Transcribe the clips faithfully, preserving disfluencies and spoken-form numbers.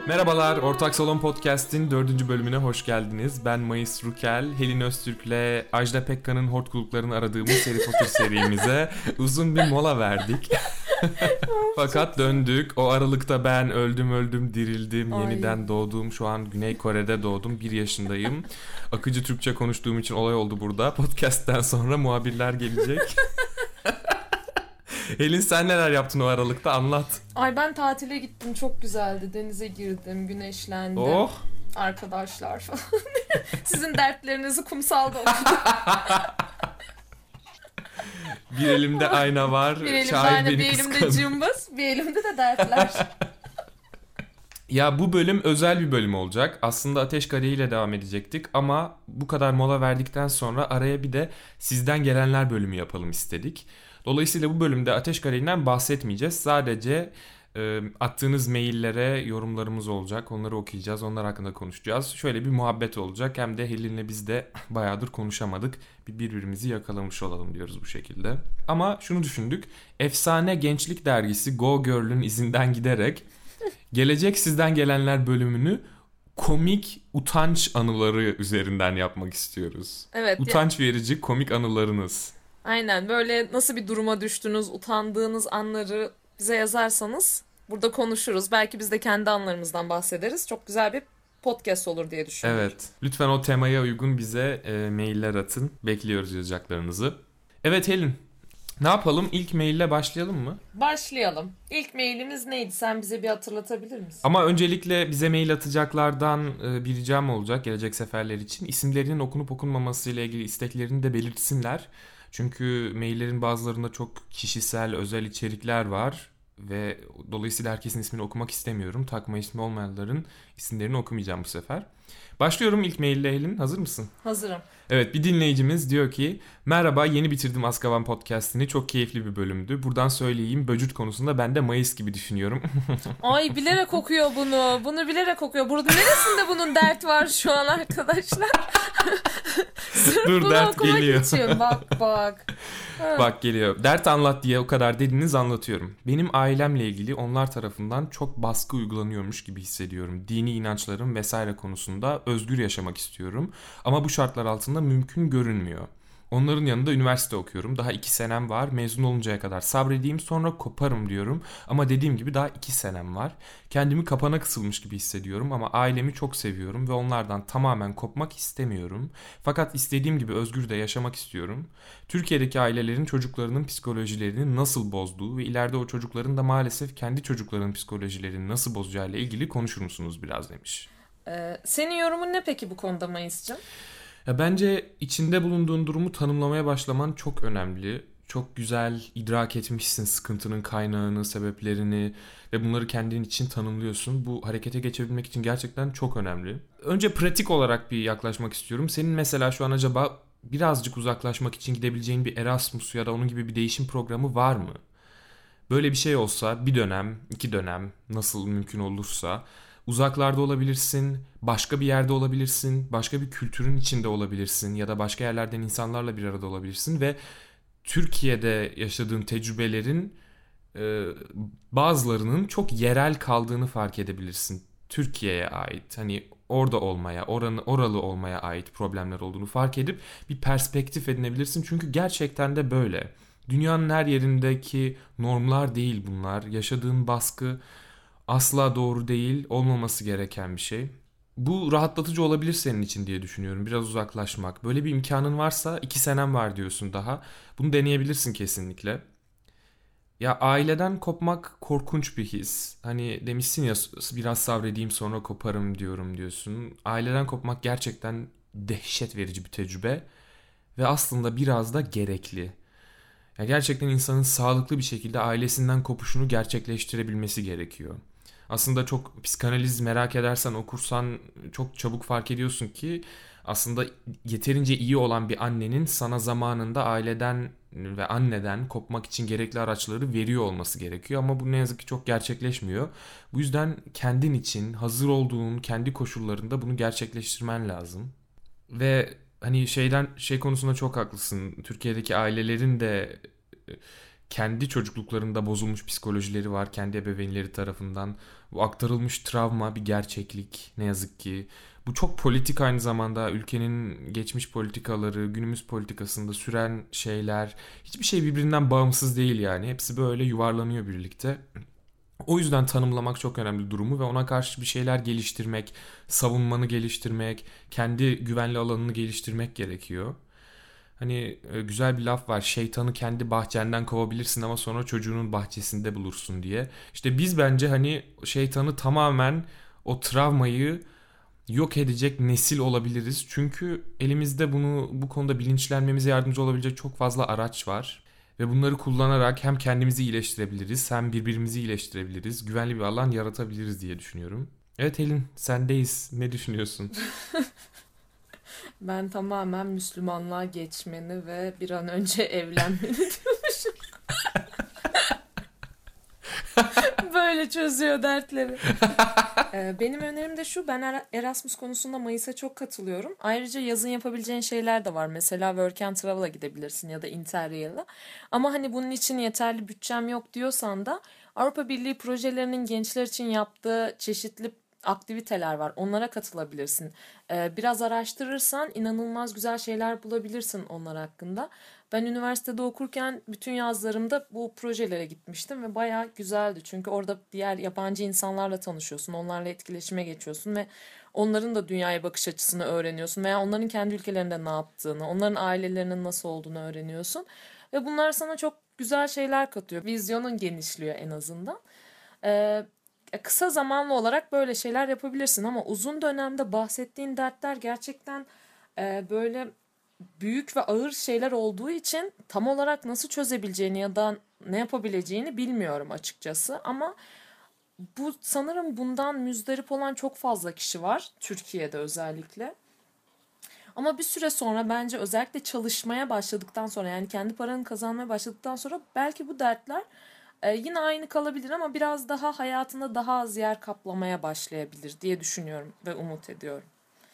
Merhabalar, Ortak Salon Podcast'in dördüncü bölümüne hoş geldiniz. Ben Mayıs Rukel, Helin Öztürk'le Ajda Pekkan'ın hortkuluklarını aradığımız Harry Potter serimize uzun bir mola verdik. Fakat döndük. O aralıkta ben öldüm öldüm dirildim, Ay. yeniden doğdum. Şu an Güney Kore'de doğdum, bir yaşındayım. Akıcı Türkçe konuştuğum için olay oldu burada. Podcast'ten sonra muhabirler gelecek. Helin, sen neler yaptın o aralıkta, anlat. Ay ben tatile gittim, çok güzeldi. Denize girdim, güneşlendim. Oh. Arkadaşlar falan. Sizin dertlerinizi kumsalda okudum. Bir elimde ayna var. Bir elimde ayna, bir elimde cımbız, bir elimde de dertler. Ya bu bölüm özel bir bölüm olacak. Aslında Ateş Kadehi ile devam edecektik ama bu kadar mola verdikten sonra araya bir de sizden gelenler bölümü yapalım istedik. Dolayısıyla bu bölümde Ateş Kadehi'nden bahsetmeyeceğiz. Sadece e, attığınız maillere yorumlarımız olacak. Onları okuyacağız. Onlar hakkında konuşacağız. Şöyle bir muhabbet olacak. Hem de Helin'le biz de bayağıdır konuşamadık. Bir birbirimizi yakalamış olalım diyoruz bu şekilde. Ama şunu düşündük. Efsane Gençlik Dergisi Go Girl'ün izinden giderek gelecek sizden gelenler bölümünü komik utanç anıları üzerinden yapmak istiyoruz. Evet. Utanç verici komik anılarınız. Aynen, böyle nasıl bir duruma düştünüz, utandığınız anları bize yazarsanız burada konuşuruz. Belki biz de kendi anlarımızdan bahsederiz. Çok güzel bir podcast olur diye düşünüyorum. Evet. Lütfen o temaya uygun bize e, mailler atın. Bekliyoruz yazacaklarınızı. Evet Helin, ne yapalım? İlk maille başlayalım mı? Başlayalım. İlk mailimiz neydi? Sen bize bir hatırlatabilir misin? Ama öncelikle bize mail atacaklardan e, bir ricam olacak gelecek seferler için. İsimlerinin okunup okunmaması ile ilgili isteklerini de belirtsinler. Çünkü maillerin bazılarında çok kişisel, özel içerikler var ve dolayısıyla herkesin ismini okumak istemiyorum. Takma ismi olmayanların isimlerini okumayacağım bu sefer. Başlıyorum ilk maille Helin. Hazır mısın? Hazırım. Evet, bir dinleyicimiz diyor ki: merhaba, yeni bitirdim Azkaban podcastini, çok keyifli bir bölümdü. Buradan söyleyeyim, böcüt konusunda ben de Mayıs gibi düşünüyorum. Ay bilerek okuyor bunu. Bunu bilerek okuyor. Burada neresinde bunun dert var şu an arkadaşlar? Sırf Dur, bunu dert okumak geliyor. için. Bak bak. Bak geliyor. Dert anlat diye o kadar dediniz, anlatıyorum. Benim ailemle ilgili onlar tarafından çok baskı uygulanıyormuş gibi hissediyorum. Dini inançlarım vesaire konusunda özgür yaşamak istiyorum. Ama bu şartlar altında mümkün görünmüyor. Onların yanında üniversite okuyorum. Daha iki senem var. Mezun oluncaya kadar sabredeyim, sonra koparım diyorum. Ama dediğim gibi daha iki senem var. Kendimi kapana kısılmış gibi hissediyorum ama ailemi çok seviyorum ve onlardan tamamen kopmak istemiyorum. Fakat istediğim gibi özgür de yaşamak istiyorum. Türkiye'deki ailelerin çocuklarının psikolojilerini nasıl bozduğu ve ileride o çocukların da maalesef kendi çocuklarının psikolojilerini nasıl bozacağıyla ilgili konuşur musunuz biraz demiş. Ee, senin yorumun ne peki bu konuda Mayıs'cığım? Ya bence içinde bulunduğun durumu tanımlamaya başlaman çok önemli. Çok güzel idrak etmişsin sıkıntının kaynağını, sebeplerini ve bunları kendin için tanımlıyorsun. Bu harekete geçebilmek için gerçekten çok önemli. Önce pratik olarak bir yaklaşmak istiyorum. Senin mesela şu an acaba birazcık uzaklaşmak için gidebileceğin bir Erasmus ya da onun gibi bir değişim programı var mı? Böyle bir şey olsa bir dönem, iki dönem, nasıl mümkün olursa uzaklarda olabilirsin, başka bir yerde olabilirsin, başka bir kültürün içinde olabilirsin ya da başka yerlerden insanlarla bir arada olabilirsin ve Türkiye'de yaşadığın tecrübelerin e, bazılarının çok yerel kaldığını fark edebilirsin. Türkiye'ye ait, hani orada olmaya, oranı, oralı olmaya ait problemler olduğunu fark edip bir perspektif edinebilirsin. Çünkü gerçekten de böyle. Dünyanın her yerindeki normlar değil bunlar. Yaşadığın baskı asla doğru değil, olmaması gereken bir şey. Bu rahatlatıcı olabilir senin için diye düşünüyorum. Biraz uzaklaşmak. Böyle bir imkanın varsa, iki senem var diyorsun daha. Bunu deneyebilirsin kesinlikle. Ya aileden kopmak korkunç bir his. Hani demişsin ya, biraz sabredeyim sonra koparım diyorum diyorsun. Aileden kopmak gerçekten dehşet verici bir tecrübe. Ve aslında biraz da gerekli. Ya gerçekten insanın sağlıklı bir şekilde ailesinden kopuşunu gerçekleştirebilmesi gerekiyor. Aslında çok psikanaliz merak edersen, okursan çok çabuk fark ediyorsun ki aslında yeterince iyi olan bir annenin sana zamanında aileden ve anneden kopmak için gerekli araçları veriyor olması gerekiyor. Ama bu ne yazık ki çok gerçekleşmiyor. Bu yüzden kendin için hazır olduğun kendi koşullarında bunu gerçekleştirmen lazım. Ve hani şeyden şey konusunda çok haklısın. Türkiye'deki ailelerin de kendi çocukluklarında bozulmuş psikolojileri var kendi ebeveynleri tarafından. Bu aktarılmış travma bir gerçeklik ne yazık ki. Bu çok politik aynı zamanda ülkenin geçmiş politikaları, günümüz politikasında süren şeyler. Hiçbir şey birbirinden bağımsız değil yani. Hepsi böyle yuvarlanıyor birlikte. O yüzden tanımlamak çok önemli durumu ve ona karşı bir şeyler geliştirmek, savunmanı geliştirmek, kendi güvenli alanını geliştirmek gerekiyor. Hani e, güzel bir laf var. Şeytanı kendi bahçenden kovabilirsin ama sonra çocuğunun bahçesinde bulursun diye. İşte biz bence hani şeytanı tamamen o travmayı yok edecek nesil olabiliriz. Çünkü elimizde bunu bu konuda bilinçlenmemize yardımcı olabilecek çok fazla araç var. Ve bunları kullanarak hem kendimizi iyileştirebiliriz hem birbirimizi iyileştirebiliriz. Güvenli bir alan yaratabiliriz diye düşünüyorum. Evet Helin, sendeyiz. Ne düşünüyorsun? Ben tamamen Müslümanlığa geçmeni ve bir an önce evlenmeni diyormuşum. Böyle çözüyor dertleri. Ee, Benim önerim de şu. Ben Era- Erasmus konusunda Mayıs'a çok katılıyorum. Ayrıca yazın yapabileceğin şeyler de var. Mesela Work and Travel'a gidebilirsin ya da Interrail'a. Ama hani bunun için yeterli bütçem yok diyorsan da Avrupa Birliği projelerinin gençler için yaptığı çeşitli aktiviteler var. Onlara katılabilirsin. Ee, biraz araştırırsan inanılmaz güzel şeyler bulabilirsin onlar hakkında. Ben üniversitede okurken bütün yazlarımda bu projelere gitmiştim ve bayağı güzeldi. Çünkü orada diğer yabancı insanlarla tanışıyorsun, onlarla etkileşime geçiyorsun ve onların da dünyaya bakış açısını öğreniyorsun veya onların kendi ülkelerinde ne yaptığını, onların ailelerinin nasıl olduğunu öğreniyorsun. Ve bunlar sana çok güzel şeyler katıyor. Vizyonun genişliyor en azından. Ee, Kısa zamanlı olarak böyle şeyler yapabilirsin ama uzun dönemde bahsettiğin dertler gerçekten e, böyle büyük ve ağır şeyler olduğu için tam olarak nasıl çözebileceğini ya da ne yapabileceğini bilmiyorum açıkçası. Ama bu sanırım bundan müzdarip olan çok fazla kişi var Türkiye'de özellikle. Ama bir süre sonra bence özellikle çalışmaya başladıktan sonra yani kendi paranı kazanmaya başladıktan sonra belki bu dertler e, yine aynı kalabilir ama biraz daha hayatında daha az yer kaplamaya başlayabilir diye düşünüyorum ve umut ediyorum.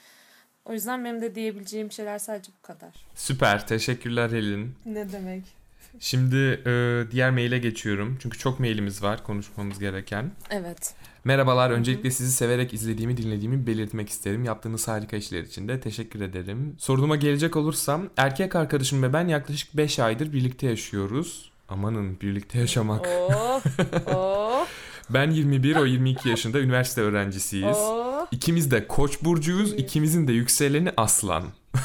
O yüzden benim de diyebileceğim şeyler sadece bu kadar. Süper, teşekkürler Helin. Ne demek? Şimdi e, diğer maile geçiyorum. Çünkü çok mailimiz var konuşmamız gereken. Evet. Merhabalar, öncelikle sizi severek izlediğimi, dinlediğimi belirtmek isterim. Yaptığınız harika işler için de teşekkür ederim. Sorunuma gelecek olursam, erkek arkadaşım ve ben yaklaşık beş aydır birlikte yaşıyoruz. Amanın, birlikte yaşamak. Oh, oh, Ben yirmi bir, o yirmi iki yaşında, üniversite öğrencisiyiz. oh. İkimiz de Koç burcuyuz, ikimizin de yükseleni Aslan.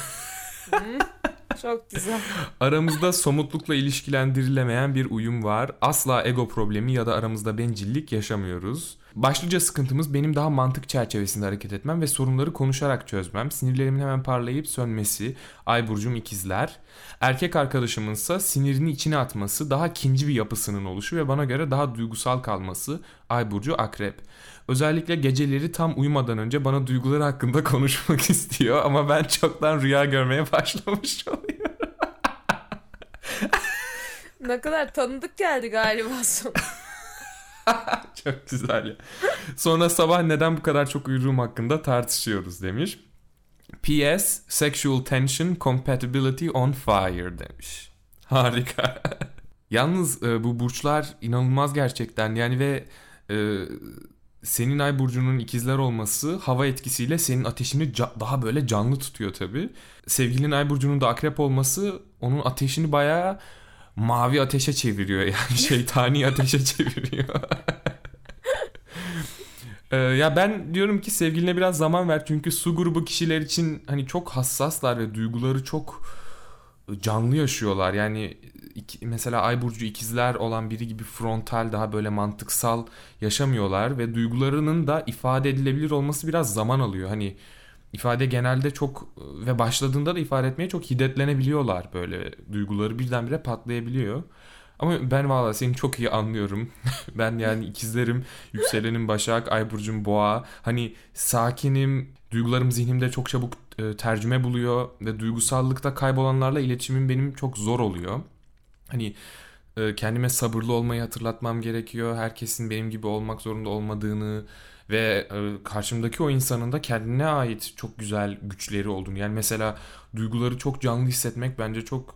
Hmm, çok güzel. Aramızda somutlukla ilişkilendirilemeyen bir uyum var. Asla ego problemi ya da aramızda bencillik yaşamıyoruz. Başlıca sıkıntımız benim daha mantık çerçevesinde hareket etmem ve sorunları konuşarak çözmem. Sinirlerimin hemen parlayıp sönmesi. Ay burcum ikizler. Erkek arkadaşımınsa sinirini içine atması, daha kinci bir yapısının oluşu ve bana göre daha duygusal kalması. Ay burcu akrep. Özellikle geceleri tam uyumadan önce bana duyguları hakkında konuşmak istiyor ama ben çoktan rüya görmeye başlamış oluyorum. Ne kadar tanıdık geldi galiba son. Çok güzel ya. Sonra sabah neden bu kadar çok uyuduğum hakkında tartışıyoruz demiş. P S. Sexual tension compatibility on fire demiş. Harika. Yalnız e, bu burçlar inanılmaz gerçekten yani ve e, senin ay burcunun ikizler olması hava etkisiyle senin ateşini ca- daha böyle canlı tutuyor tabii. Sevgilinin ay burcunun da akrep olması onun ateşini bayağı mavi ateşe çeviriyor yani şeytani ateşe çeviriyor. ee, ya ben diyorum ki sevgiline biraz zaman ver çünkü su grubu kişiler için hani çok hassaslar ve duyguları çok canlı yaşıyorlar. Yani iki, mesela ay burcu ikizler olan biri gibi frontal daha böyle mantıksal yaşamıyorlar ve duygularının da ifade edilebilir olması biraz zaman alıyor. Hani ifade genelde çok ve başladığında da ifade etmeye çok hiddetlenebiliyorlar böyle duyguları birdenbire patlayabiliyor. Ama ben valla seni çok iyi anlıyorum. Ben yani ikizlerim, yükselenim Başak, ay burcum Boğa. Hani sakinim, duygularım zihnimde çok çabuk e, tercüme buluyor ve duygusallıkta kaybolanlarla iletişimim benim çok zor oluyor. Hani e, kendime sabırlı olmayı hatırlatmam gerekiyor. Herkesin benim gibi olmak zorunda olmadığını ve e, karşımdaki o insanın da kendine ait çok güzel güçleri olduğunu. Yani mesela duyguları çok canlı hissetmek bence çok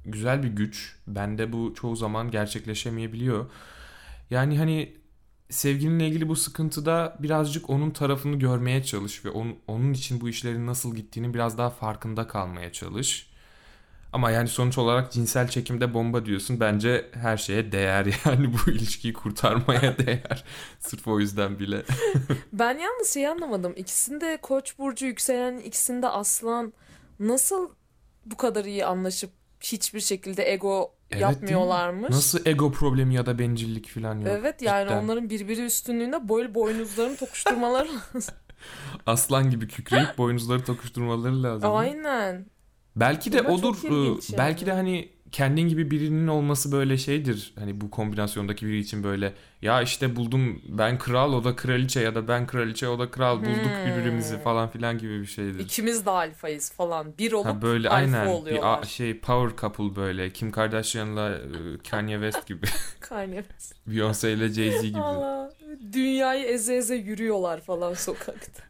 güzel bir güç. Bende bu çoğu zaman gerçekleşemeyebiliyor. Yani hani sevgilinle ilgili bu sıkıntıda birazcık onun tarafını görmeye çalış ve onun, onun için bu işlerin nasıl gittiğini biraz daha farkında kalmaya çalış. Ama yani sonuç olarak cinsel çekimde bomba diyorsun. Bence her şeye değer yani bu ilişkiyi kurtarmaya değer. Sırf o yüzden bile. Ben yalnız şeyi anlamadım. İkisinde Koç burcu yükselen, ikisinde Aslan, nasıl bu kadar iyi anlaşıp hiçbir şekilde ego Evet değil mi? yapmıyorlarmış? Nasıl ego problemi ya da bencillik falan yok. Evet, yani Cidden. onların birbiri üstünlüğünde böyle boynuzlarını tokuşturmaları lazım. Aslan gibi kükreyip boynuzları tokuşturmaları lazım. Aynen. Belki de Bunlar çok odur. ilginç e, Belki de yani. hani kendin gibi birinin olması böyle şeydir. Hani bu kombinasyondaki biri için böyle ya işte buldum ben kral o da kraliçe ya da ben kraliçe o da kral bulduk birbirimizi Hmm. falan filan gibi bir şeydir. İkimiz de alfayız falan. Bir Ha olup böyle alfa aynen bir a- oluyorlar. şey power couple böyle Kim Kardashian'la e, Kanye West gibi. Kanye. Beyoncé ile Jay-Z gibi. Valla dünyayı eze eze yürüyorlar falan sokakta.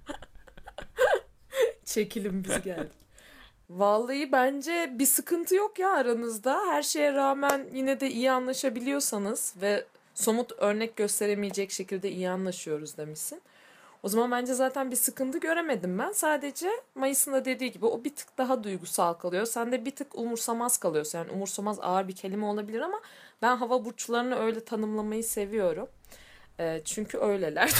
Çekilin biz geldik. Vallahi bence bir sıkıntı yok ya aranızda. Her şeye rağmen yine de iyi anlaşabiliyorsanız ve somut örnek gösteremeyecek şekilde iyi anlaşıyoruz demişsin. O zaman bence zaten bir sıkıntı göremedim ben. Sadece Mayıs'ın da dediği gibi o bir tık daha duygusal kalıyor. Sen de bir tık umursamaz kalıyorsun. Yani umursamaz ağır bir kelime olabilir ama ben hava burçlarını öyle tanımlamayı seviyorum. Ee, çünkü öyleler.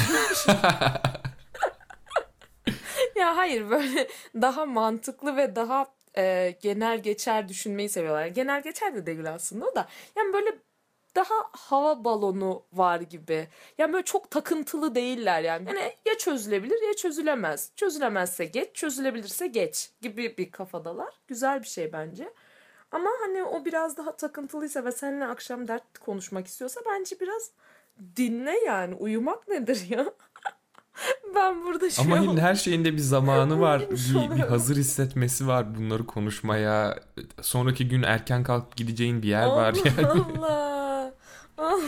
Ya hayır, böyle daha mantıklı ve daha e, genel geçer düşünmeyi seviyorlar. Genel geçer de değil aslında o da. Yani böyle daha hava balonu var gibi. Yani böyle çok takıntılı değiller yani. Yani ya çözülebilir ya çözülemez. Çözülemezse geç, çözülebilirse geç gibi bir kafadalar. Güzel bir şey bence. Ama hani o biraz daha takıntılıysa ve seninle akşam dert konuşmak istiyorsa bence biraz dinle yani. Uyumak nedir ya? Ben burada şey Ama yine oldum. her şeyin de bir zamanı var. Uyumuş Bir, bir oluyorum. hazır hissetmesi var bunları konuşmaya. Sonraki gün erken kalkıp gideceğin bir yer var Allah yani. Allah. Allah.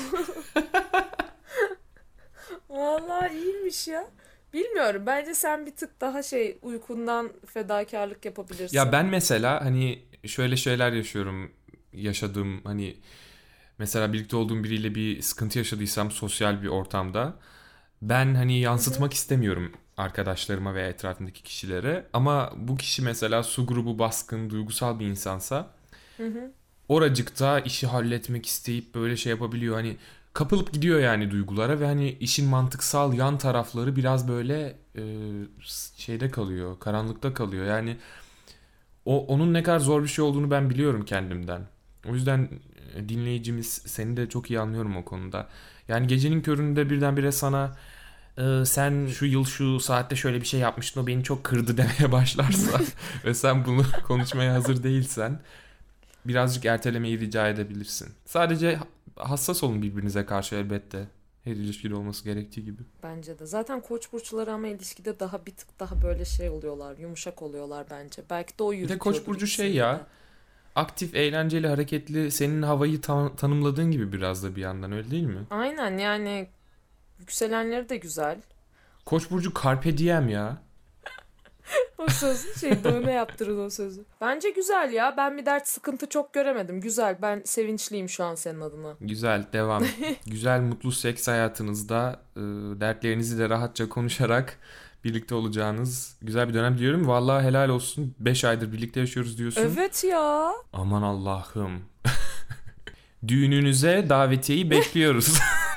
Vallahi iyiymiş ya. Bilmiyorum. Bence sen bir tık daha şey uykundan fedakarlık Ya yapabilirsin. ben mesela hani şöyle şeyler yaşıyorum. Yaşadığım hani mesela birlikte olduğum biriyle bir sıkıntı yaşadıysam sosyal bir ortamda ben hani Hı hı. yansıtmak istemiyorum arkadaşlarıma veya etrafındaki kişilere. Ama bu kişi mesela su grubu baskın, duygusal bir insansa Hı hı. oracıkta işi halletmek isteyip böyle şey yapabiliyor. Hani kapılıp gidiyor yani duygulara ve hani işin mantıksal yan tarafları biraz böyle e, şeyde kalıyor, karanlıkta kalıyor. Yani o onun ne kadar zor bir şey olduğunu ben biliyorum kendimden. O yüzden e, dinleyicimiz seni de çok iyi anlıyorum o konuda. Yani gecenin köründe birdenbire sana "Ee, sen şu yıl şu saatte şöyle bir şey yapmıştın o beni çok kırdı" demeye başlarsa ve sen bunu konuşmaya hazır değilsen birazcık ertelemeyi rica edebilirsin. Sadece hassas olun birbirinize karşı elbette. Her ilişkide olması gerektiği gibi. Bence de. Zaten koç burçları ama ilişkide daha bir tık daha böyle şey oluyorlar. Yumuşak oluyorlar bence. Belki de o Bir de Koç yürütüyordur burcu şey ikisinde de. ya, aktif, eğlenceli, hareketli, senin havayı ta- tanımladığın gibi biraz da bir yandan öyle değil mi? Aynen, yani yükselenleri de güzel. Koç burcu carpe diem ya. O söz şey dövme yaptırın o sözü. Bence güzel ya. Ben bir dert sıkıntı çok göremedim. Güzel. Ben sevinçliyim şu an senin adına. Güzel, devam. Güzel, mutlu seks hayatınızda e, dertlerinizi de rahatça konuşarak birlikte olacağınız güzel bir dönem diliyorum. Vallahi helal olsun. beş aydır birlikte yaşıyoruz diyorsun. Evet ya. Aman Allah'ım. Düğününüze davetiyeyi bekliyoruz.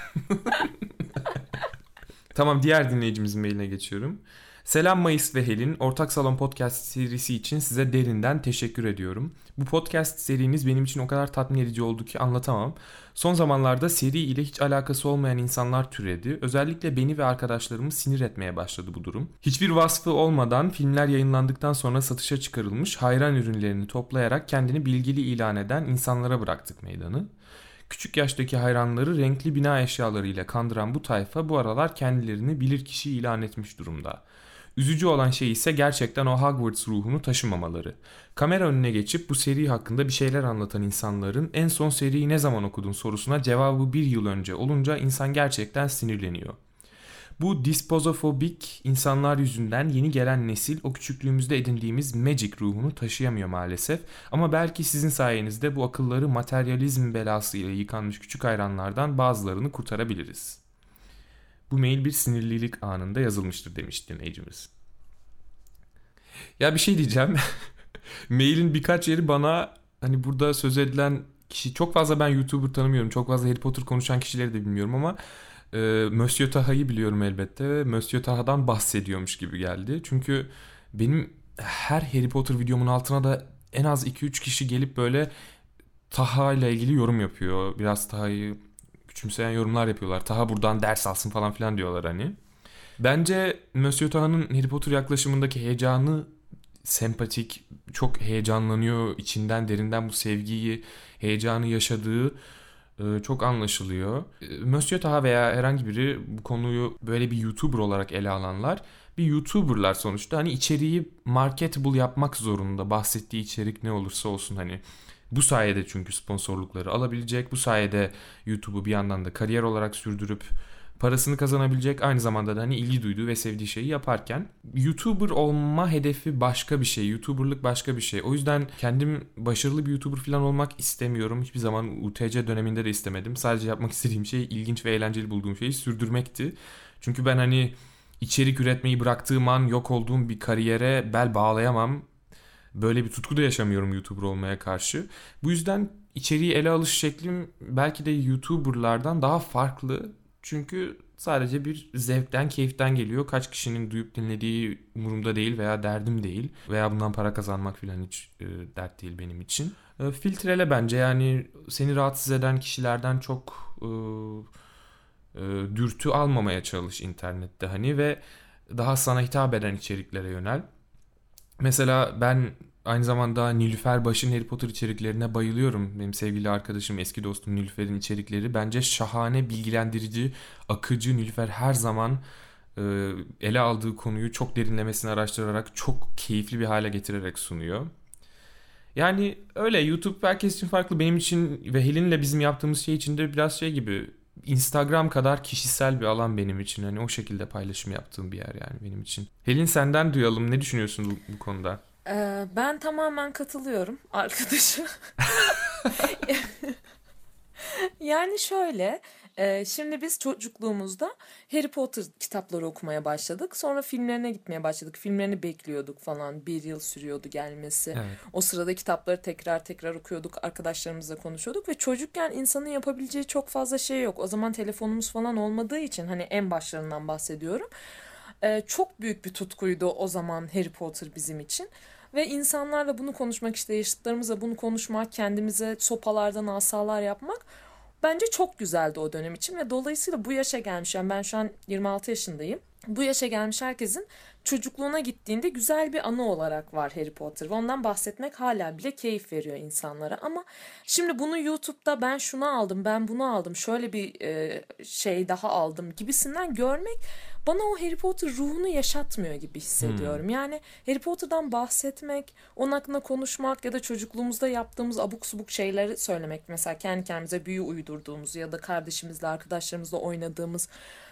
Tamam, diğer dinleyicimizin mailine geçiyorum. Selam Mayıs ve Helin. Ortak Salon Podcast serisi için size derinden teşekkür ediyorum. Bu podcast seriniz benim için o kadar tatmin edici oldu ki anlatamam. Son zamanlarda seri ile hiç alakası olmayan insanlar türedi. Özellikle beni ve arkadaşlarımı sinir etmeye başladı bu durum. Hiçbir vasfı olmadan filmler yayınlandıktan sonra satışa çıkarılmış hayran ürünlerini toplayarak kendini bilgili ilan eden insanlara bıraktık meydanı. Küçük yaştaki hayranları renkli bina eşyalarıyla kandıran bu tayfa bu aralar kendilerini bilirkişi ilan etmiş durumda. Üzücü olan şey ise gerçekten o Hogwarts ruhunu taşımamaları. Kamera önüne geçip bu seri hakkında bir şeyler anlatan insanların en son seriyi ne zaman okudun sorusuna cevabı bir yıl önce olunca insan gerçekten sinirleniyor. Bu dispozofobik insanlar yüzünden yeni gelen nesil o küçüklüğümüzde edindiğimiz magic ruhunu taşıyamıyor maalesef. Ama belki sizin sayenizde bu akılları materyalizm belasıyla yıkanmış küçük hayranlardan bazılarını kurtarabiliriz. Bu mail bir sinirlilik anında yazılmıştır demiş dinleyicimiz. Ya bir şey diyeceğim. Mailin birkaç yeri bana hani burada söz edilen kişi, çok fazla ben YouTuber tanımıyorum. Çok fazla Harry Potter konuşan kişileri de bilmiyorum ama e, Monsieur Taha'yı biliyorum elbette ve Monsieur Taha'dan bahsediyormuş gibi geldi. Çünkü benim her Harry Potter videomun altına da en az iki üç kişi gelip böyle Taha ile ilgili yorum yapıyor. Biraz Taha'yı küçümseyen yorumlar yapıyorlar. Taha buradan ders alsın falan filan diyorlar hani. Bence Monsieur Taha'nın Harry Potter yaklaşımındaki heyecanı sempatik, çok heyecanlanıyor, içinden derinden bu sevgiyi, heyecanı yaşadığı e, çok anlaşılıyor. E, Monsieur Taha veya herhangi biri bu konuyu böyle bir YouTuber olarak ele alanlar, bir YouTuber'lar sonuçta hani içeriği marketable yapmak zorunda. Bahsettiği içerik ne olursa olsun hani. Bu sayede çünkü sponsorlukları alabilecek, bu sayede YouTube'u bir yandan da kariyer olarak sürdürüp parasını kazanabilecek, aynı zamanda da hani ilgi duyduğu ve sevdiği şeyi yaparken YouTuber olma hedefi başka bir şey. YouTuber'lık başka bir şey. O yüzden kendim başarılı bir YouTuber falan olmak istemiyorum. Hiçbir zaman U T C döneminde de istemedim. Sadece yapmak istediğim şey ilginç ve eğlenceli bulduğum şeyi sürdürmekti. Çünkü ben hani içerik üretmeyi bıraktığım an yok olduğum bir kariyere bel bağlayamam. Böyle bir tutku da yaşamıyorum YouTuber olmaya karşı. Bu yüzden içeriği ele alış şeklim belki de YouTuber'lardan daha farklı. Çünkü sadece bir zevkten, keyiften geliyor. Kaç kişinin duyup dinlediği umurumda değil veya derdim değil. Veya bundan para kazanmak falan hiç e, dert değil benim için. E, filtrele bence, yani seni rahatsız eden kişilerden çok e, e, dürtü almamaya çalış internette hani ve daha sana hitap eden içeriklere yönel. Mesela ben aynı zamanda Nilüfer Baş'ın Harry Potter içeriklerine bayılıyorum. Benim sevgili arkadaşım, eski dostum Nilüfer'in içerikleri bence şahane, bilgilendirici, akıcı. Nilüfer her zaman e, ele aldığı konuyu çok derinlemesine araştırarak, çok keyifli bir hale getirerek sunuyor. Yani öyle, YouTube herkes için farklı. Benim için ve Helin'le bizim yaptığımız şey için de biraz şey gibi, Instagram kadar kişisel bir alan benim için. Hani o şekilde paylaşım yaptığım bir yer yani benim için. Helin, senden duyalım. Ne düşünüyorsun bu, bu konuda? Ee, ben tamamen katılıyorum arkadaşım. Yani şöyle, e, şimdi biz çocukluğumuzda Harry Potter kitapları okumaya başladık. Sonra filmlerine gitmeye başladık. Filmlerini bekliyorduk falan. Bir yıl sürüyordu gelmesi. Evet. O sırada kitapları tekrar tekrar okuyorduk. Arkadaşlarımızla konuşuyorduk. Ve çocukken insanın yapabileceği çok fazla şey yok. O zaman telefonumuz falan olmadığı için, hani en başlarından bahsediyorum. E, çok büyük bir tutkuydu o zaman Harry Potter bizim için. Ve insanlarla bunu konuşmak, işte yaşıtlarımızla bunu konuşmak, kendimize sopalardan asalar yapmak bence çok güzeldi o dönem için. Ve dolayısıyla bu yaşa gelmiş, yani ben şu an yirmi altı yaşındayım. Bu yaşa gelmiş herkesin çocukluğuna gittiğinde güzel bir anı olarak var Harry Potter. Ve ondan bahsetmek hala bile keyif veriyor insanlara. Ama şimdi bunu YouTube'da ben şunu aldım, ben bunu aldım, şöyle bir e, şey daha aldım gibisinden görmek bana o Harry Potter ruhunu yaşatmıyor gibi hissediyorum. Hmm. Yani Harry Potter'dan bahsetmek, onun hakkında konuşmak ya da çocukluğumuzda yaptığımız abuk subuk şeyleri söylemek. Mesela kendi kendimize büyü uydurduğumuz ya da kardeşimizle, arkadaşlarımızla oynadığımız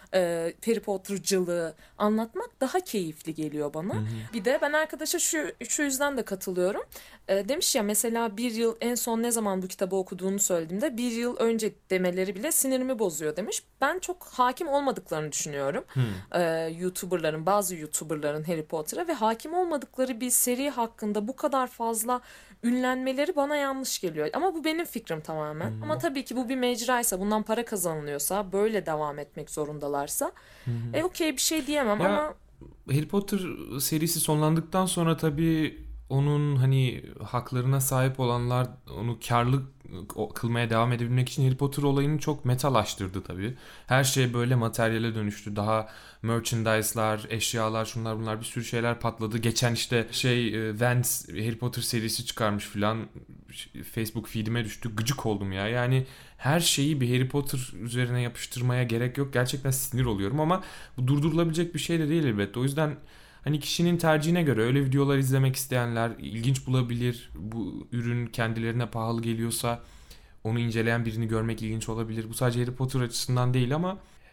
e, Harry Potter'cılığı anlatmak daha keyifli geliyor bana. Hı hı. Bir de ben arkadaşa şu, şu yüzden de katılıyorum. E, demiş ya, mesela bir yıl en son ne zaman bu kitabı okuduğunu söylediğimde bir yıl önce demeleri bile sinirimi bozuyor demiş. Ben çok hakim olmadıklarını düşünüyorum. E, YouTuber'ların, bazı YouTuber'ların Harry Potter'a ve hakim olmadıkları bir seri hakkında bu kadar fazla ünlenmeleri bana yanlış geliyor. Ama bu benim fikrim tamamen. Hmm. Ama tabii ki bu bir mecraysa, bundan para kazanılıyorsa, böyle devam etmek zorundalarsa hmm. e okey, bir şey diyemem ya, ama Harry Potter serisi sonlandıktan sonra tabii onun hani haklarına sahip olanlar onu karlı kılmaya devam edebilmek için Harry Potter olayını çok metalaştırdı tabii. Her şey böyle materyale dönüştü. Daha merchandise'lar, eşyalar, şunlar bunlar, bir sürü şeyler patladı. Geçen işte şey Vance Harry Potter serisi çıkarmış filan, Facebook feed'ime düştü. Gıcık oldum ya. Yani her şeyi bir Harry Potter üzerine yapıştırmaya gerek yok. Gerçekten sinir oluyorum ama bu durdurulabilecek bir şey de değil elbette. O yüzden hani kişinin tercihine göre öyle videolar izlemek isteyenler ilginç bulabilir. Bu ürün kendilerine pahalı geliyorsa onu inceleyen birini görmek ilginç olabilir. Bu sadece Harry Potter açısından değil ama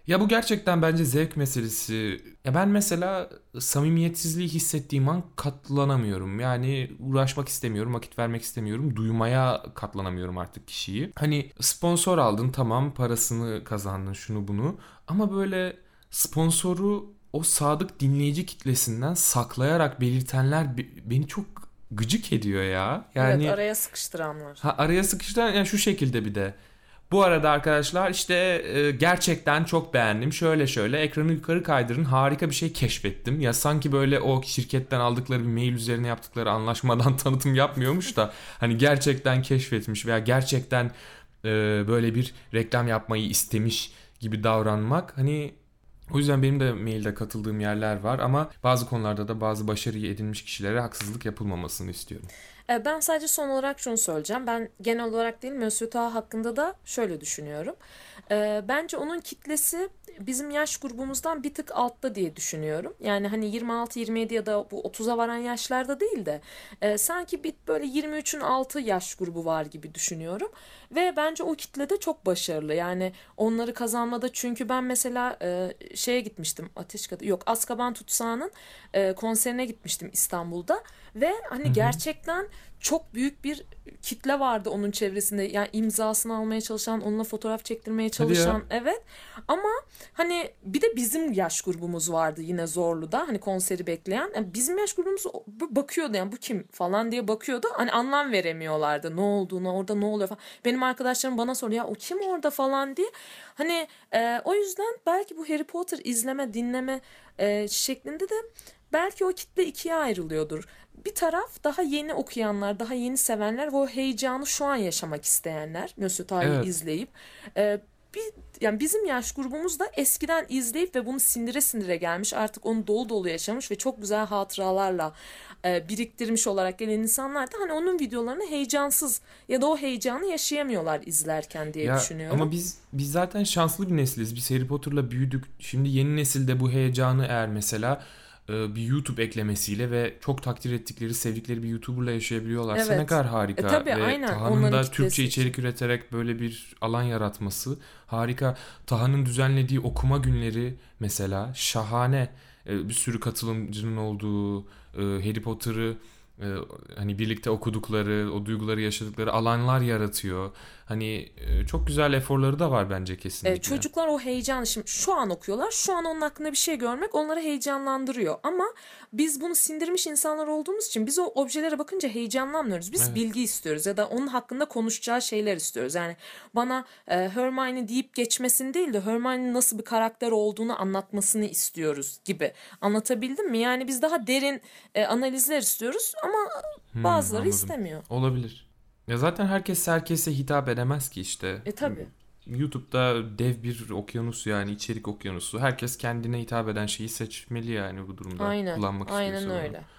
Ya bu gerçekten bence zevk meselesi. Ya ben mesela samimiyetsizliği hissettiğim an katlanamıyorum. Yani uğraşmak istemiyorum, vakit vermek istemiyorum. Duymaya katlanamıyorum artık kişiyi. Hani sponsor aldın, tamam, parasını kazandın, şunu bunu. Ama böyle sponsoru o sadık dinleyici kitlesinden saklayarak belirtenler be- beni çok gıcık ediyor ya. Evet, Yani araya sıkıştıranlar. ha, araya sıkıştıran yani şu şekilde bir de. Bu arada arkadaşlar işte e, gerçekten çok beğendim. Şöyle şöyle ekranı yukarı kaydırın, harika bir şey keşfettim. Ya sanki böyle o şirketten aldıkları bir mail üzerine yaptıkları anlaşmadan tanıtım yapmıyormuş da hani gerçekten keşfetmiş veya gerçekten e, böyle bir reklam yapmayı istemiş gibi davranmak. Hani o yüzden benim de mailde katıldığım yerler var ama bazı konularda da bazı başarıyı edinmiş kişilere haksızlık yapılmamasını istiyorum. E, Ben sadece son olarak şunu söyleyeceğim. Ben genel olarak değil, Monsieur Taha hakkında da şöyle düşünüyorum. E, Bence onun kitlesi bizim yaş grubumuzdan bir tık altta diye düşünüyorum. Yani hani yirmi altı yirmi yedi ya da bu otuza varan yaşlarda değil de e, sanki bir böyle yirmi üçün altı yaş grubu var gibi düşünüyorum. Ve bence o kitle de çok başarılı. Yani onları kazanmada, çünkü ben mesela e, şeye gitmiştim. Ateş Kadı yok, Azkaban Tutsağı'nın e, konserine gitmiştim İstanbul'da. Ve Hı hani hı. gerçekten çok büyük bir kitle vardı onun çevresinde. Yani imzasını almaya çalışan, onunla fotoğraf çektirmeye Hadi ya. çalışan. Evet. Ama hani bir de bizim yaş grubumuz vardı yine Zorlu'da. Hani konseri bekleyen. Yani bizim yaş grubumuz bakıyordu, yani bu kim falan diye bakıyordu. Hani anlam veremiyorlardı ne olduğunu, orada ne oluyor falan. Benim arkadaşlarım bana soruyor, ya o kim orada falan diye. Hani e, o yüzden belki bu Harry Potter izleme, dinleme e, şeklinde de belki o kitle ikiye ayrılıyordur. Bir taraf daha yeni okuyanlar, daha yeni sevenler ve o heyecanı şu an yaşamak isteyenler. Monsieur Tahi'yi Evet. izleyip. E, bir, Yani bizim yaş grubumuz da eskiden izleyip ve bunu sindire sindire gelmiş. Artık onu dolu dolu yaşamış ve çok güzel hatıralarla e, biriktirmiş olarak gelen insanlar da hani onun videolarını heyecansız ya da o heyecanı yaşayamıyorlar izlerken diye Ya düşünüyorum. ama biz biz zaten şanslı bir nesiliz. Biz Harry Potter'la büyüdük. Şimdi yeni nesilde bu heyecanı eğer mesela e, bir YouTube eklemesiyle ve çok takdir ettikleri, sevdikleri bir YouTuber'la yaşayabiliyorlarsa ne Evet. kadar E harika. tabii, Ve aynen Taha'nın onların da Türkçe kitlesi için. içerik üreterek böyle bir alan yaratması harika. Taha'nın düzenlediği okuma günleri mesela şahane. E, Bir sürü katılımcının olduğu, e, Harry Potter'ı e, hani birlikte okudukları, o duyguları yaşadıkları alanlar yaratıyor. Hani e, çok güzel eforları da var bence E, kesinlikle. çocuklar o heyecanı şimdi şu an okuyorlar. Şu an onun hakkında bir şey görmek onları heyecanlandırıyor. Ama biz bunu sindirmiş insanlar olduğumuz için biz o objelere bakınca heyecanlanmıyoruz. Biz Evet. bilgi istiyoruz ya da onun hakkında konuşacağı şeyler istiyoruz. Yani bana e, Hermione deyip geçmesini değil de Hermione'nin nasıl bir karakter olduğunu anlatmasını istiyoruz gibi. Anlatabildim mi? Yani biz daha derin e, analizler istiyoruz ama Hmm, bazıları anladım. istemiyor. Olabilir. Ya zaten herkes herkese hitap edemez ki işte. E tabii. YouTube'da dev bir okyanus, yani içerik okyanusu. Herkes kendine hitap eden şeyi seçmeli yani bu durumda. Aynen. Kullanmak Aynen istiyorsa bunu. öyle.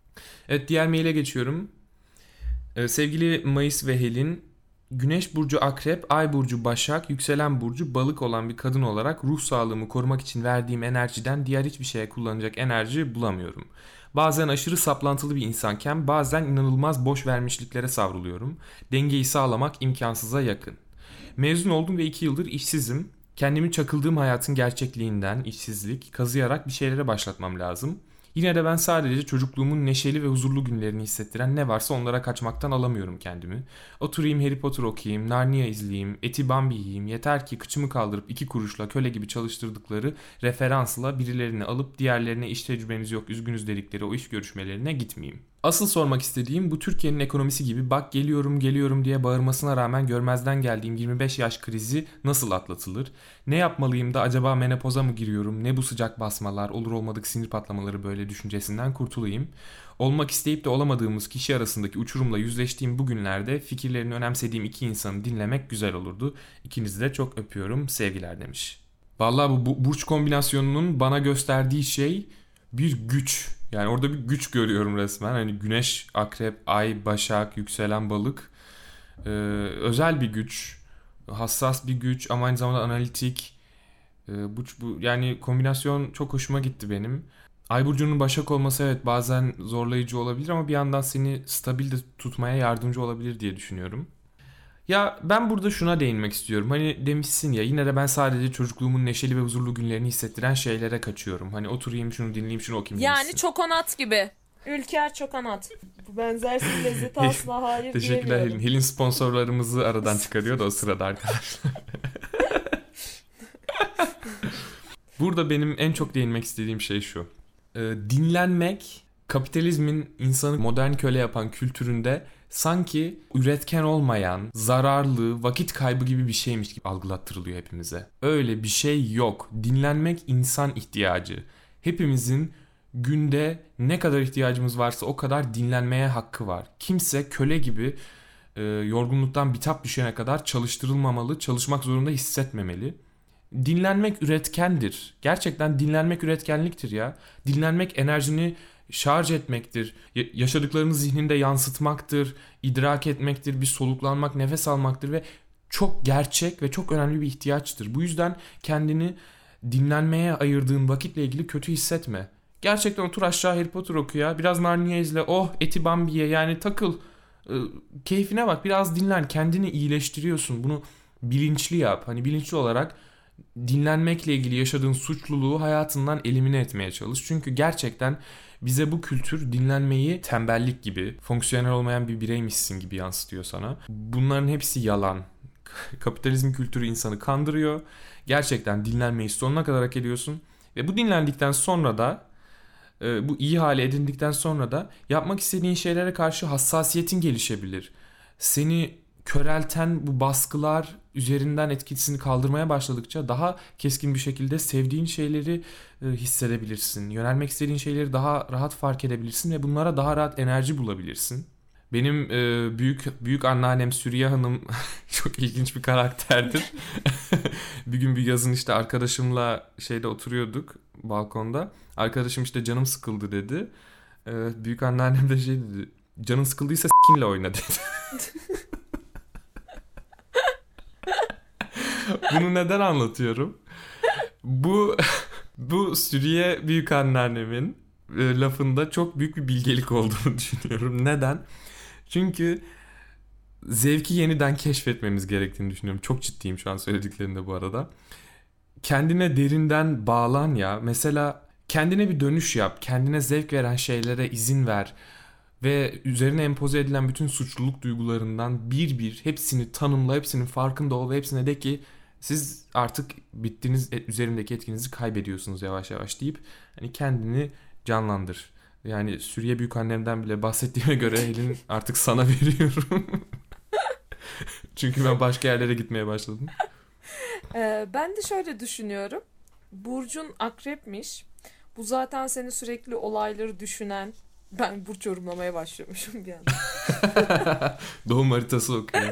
Evet, diğer maile geçiyorum. Ee, sevgili Mayıs ve Helin, Güneş burcu Akrep, Ay burcu Başak, yükselen burcu Balık olan bir kadın olarak ruh sağlığımı korumak için verdiğim enerjiden diğer hiçbir şeye kullanacak enerji bulamıyorum. Bazen aşırı saplantılı bir insanken bazen inanılmaz boş vermişliklere savruluyorum. Dengeyi sağlamak imkansıza yakın. Mezun oldum ve iki yıldır işsizim. Kendimi çakıldığım hayatın gerçekliğinden, işsizlik, kazıyarak bir şeylere başlatmam lazım. Yine de ben sadece çocukluğumun neşeli ve huzurlu günlerini hissettiren ne varsa onlara kaçmaktan alamıyorum kendimi. Oturayım Harry Potter okuyayım, Narnia izleyeyim, eti Bambi yiyeyim. Yeter ki kıçımı kaldırıp iki kuruşla köle gibi çalıştırdıkları referansla birilerini alıp diğerlerine iş tecrübeniz yok üzgünüz dedikleri o iş görüşmelerine gitmeyeyim. Asıl sormak istediğim bu Türkiye'nin ekonomisi gibi bak geliyorum geliyorum diye bağırmasına rağmen görmezden geldiğim yirmi beş yaş krizi nasıl atlatılır? Ne yapmalıyım da acaba menopoza mı giriyorum? Ne bu sıcak basmalar, olur olmadık sinir patlamaları böyle düşüncesinden kurtulayım. Olmak isteyip de olamadığımız kişi arasındaki uçurumla yüzleştiğim bu günlerde fikirlerini önemsediğim iki insanı dinlemek güzel olurdu. İkinizi de çok öpüyorum, sevgiler demiş. Vallahi bu, bu burç kombinasyonunun bana gösterdiği şey bir güç. Yani orada bir güç görüyorum resmen. Hani Güneş, Akrep, Ay, Başak, yükselen Balık. Ee, özel bir güç. Hassas bir güç ama aynı zamanda analitik. Ee, bu, bu yani kombinasyon çok hoşuma gitti benim. Ay burcunun Başak olması evet bazen zorlayıcı olabilir ama bir yandan seni stabil de tutmaya yardımcı olabilir diye düşünüyorum. Ya ben burada şuna değinmek istiyorum. Hani demişsin ya, yine de ben sadece çocukluğumun neşeli ve huzurlu günlerini hissettiren şeylere kaçıyorum. Hani oturayım şunu dinleyeyim şunu okuyayım Yani demişsin. çokonat gibi. Ülker çokonat. Bu benzersiz lezzete asla hayır Teşekkürler Helin. diyemiyorum. Helin sponsorlarımızı aradan çıkarıyor da o sırada arkadaşlar. Burada benim en çok değinmek istediğim şey şu. Ee, dinlenmek kapitalizmin insanı modern köle yapan kültüründe sanki üretken olmayan, zararlı, vakit kaybı gibi bir şeymiş gibi algılattırılıyor hepimize. Öyle bir şey yok. Dinlenmek insan ihtiyacı. Hepimizin günde ne kadar ihtiyacımız varsa o kadar dinlenmeye hakkı var. Kimse köle gibi e, yorgunluktan bitap düşene kadar çalıştırılmamalı, çalışmak zorunda hissetmemeli. Dinlenmek üretkendir. Gerçekten dinlenmek üretkenliktir ya. Dinlenmek enerjini şarj etmektir. Yaşadıklarını zihninde yansıtmaktır. İdrak etmektir. Bir soluklanmak, nefes almaktır ve çok gerçek ve çok önemli bir ihtiyaçtır. Bu yüzden kendini dinlenmeye ayırdığın vakitle ilgili kötü hissetme. Gerçekten otur aşağı Harry Potter oku ya. Biraz Narnia izle. Oh eti Bambi'ye yani takıl. Ee, keyfine bak. Biraz dinlen. Kendini iyileştiriyorsun. Bunu bilinçli yap. Hani bilinçli olarak dinlenmekle ilgili yaşadığın suçluluğu hayatından elimine etmeye çalış. Çünkü gerçekten bize bu kültür dinlenmeyi tembellik gibi, fonksiyonel olmayan bir bireymişsin gibi yansıtıyor sana. Bunların hepsi yalan. Kapitalizm kültürü insanı kandırıyor. Gerçekten dinlenmeyi sonuna kadar hak ediyorsun. Ve bu dinlendikten sonra da, bu iyi hale edindikten sonra da yapmak istediğin şeylere karşı hassasiyetin gelişebilir. Seni körelten bu baskılar üzerinden etkisini kaldırmaya başladıkça daha keskin bir şekilde sevdiğin şeyleri e, hissedebilirsin. Yönelmek istediğin şeyleri daha rahat fark edebilirsin ve bunlara daha rahat enerji bulabilirsin. Benim e, büyük büyük anneannem Süreyya Hanım çok ilginç bir karakterdir. Bir gün bir yazın işte arkadaşımla şeyde oturuyorduk balkonda. Arkadaşım işte canım sıkıldı dedi. E, büyük anneannem de şey dedi. Canın sıkıldıysa s**kinle oyna dedi. Bunu neden anlatıyorum? Bu bu Suriye büyük anneannemin e, lafında çok büyük bir bilgelik olduğunu düşünüyorum. Neden? Çünkü zevki yeniden keşfetmemiz gerektiğini düşünüyorum. Çok ciddiyim şu an söylediklerinde bu arada. Kendine derinden bağlan ya. Mesela kendine bir dönüş yap. Kendine zevk veren şeylere izin ver. Ve üzerine empoze edilen bütün suçluluk duygularından bir bir hepsini tanımla, hepsinin farkında ol ve hepsine de ki siz artık bittiniz, üzerimdeki etkinizi kaybediyorsunuz yavaş yavaş deyip hani kendini canlandır. Yani Suriye büyükannemden bile bahsettiğime göre elin artık sana veriyorum. Çünkü ben başka yerlere gitmeye başladım. Ee, ben de şöyle düşünüyorum. Burcun akrepmiş. Bu zaten seni sürekli olayları düşünen... Ben burç yorumlamaya başlıyormuşum bir anda. Doğum haritası okuyor.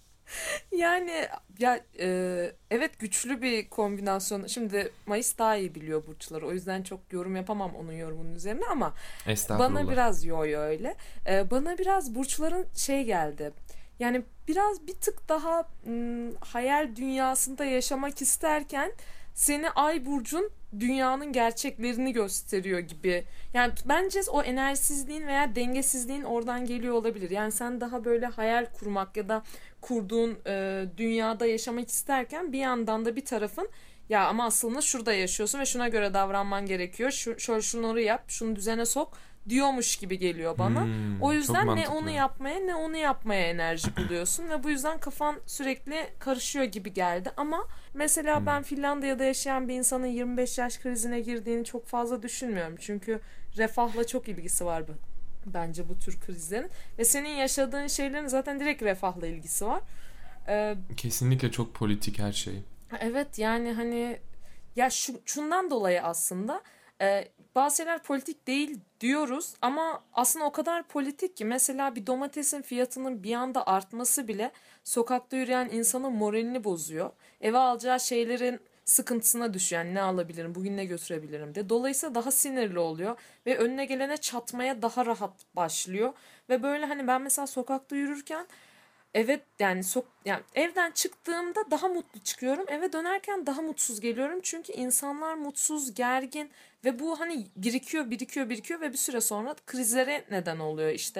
Yani ya e, evet güçlü bir kombinasyon. Şimdi Mayıs daha iyi biliyor burçları. O yüzden çok yorum yapamam onun yorumunun üzerine ama bana Estağfurullah. biraz yo yo öyle. E, bana biraz burçların şey geldi. Yani biraz bir tık daha ım, hayal dünyasında yaşamak isterken seni Ay burcun dünyanın gerçeklerini gösteriyor gibi. Yani bence o enerjisizliğin veya dengesizliğin oradan geliyor olabilir. Yani sen daha böyle hayal kurmak ya da kurduğun e, dünyada yaşamak isterken bir yandan da bir tarafın ya ama aslında şurada yaşıyorsun ve şuna göre davranman gerekiyor. Şu, şöyle şunları yap, şunu düzene sok diyormuş gibi geliyor bana. Hmm, O çok yüzden ne mantıklı. onu yapmaya ne onu yapmaya enerji buluyorsun ve bu yüzden kafan sürekli karışıyor gibi geldi. Ama mesela Hmm. ben Finlandiya'da yaşayan bir insanın yirmi beş yaş krizine girdiğini çok fazla düşünmüyorum. Çünkü refahla çok ilgisi var bu. Bence bu tür krizlerin ve senin yaşadığın şeylerin zaten direkt refahla ilgisi var. Ee, Kesinlikle çok politik her şey. evet yani hani ya şu, şundan dolayı aslında e, bazı şeyler politik değil diyoruz ama aslında o kadar politik ki mesela bir domatesin fiyatının bir anda artması bile sokakta yürüyen insanın moralini bozuyor. Eve alacağı şeylerin sıkıntısına düşüyor. Yani ne alabilirim, bugün ne götürebilirim de. Dolayısıyla daha sinirli oluyor ve önüne gelene çatmaya daha rahat başlıyor. Ve böyle hani ben mesela sokakta yürürken evet yani sok yani evden çıktığımda daha mutlu çıkıyorum. Eve dönerken daha mutsuz geliyorum. Çünkü insanlar mutsuz, gergin ve bu hani birikiyor, birikiyor, birikiyor ve bir süre sonra krizlere neden oluyor. İşte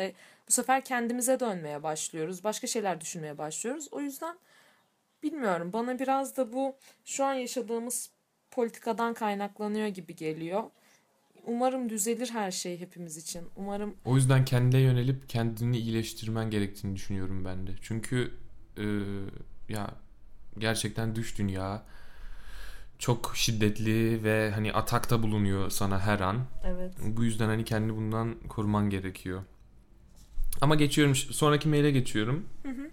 Bu sefer kendimize dönmeye başlıyoruz. Başka şeyler düşünmeye başlıyoruz. O yüzden bilmiyorum, bana biraz da bu şu an yaşadığımız politikadan kaynaklanıyor gibi geliyor. Umarım düzelir her şey hepimiz için. Umarım. O yüzden kendine yönelip kendini iyileştirmen gerektiğini düşünüyorum ben de. Çünkü e, ya gerçekten dış dünya çok şiddetli ve hani atakta bulunuyor sana her an. Evet. Bu yüzden hani kendini bundan koruman gerekiyor. Ama geçiyorum, sonraki maile geçiyorum. Hı hı.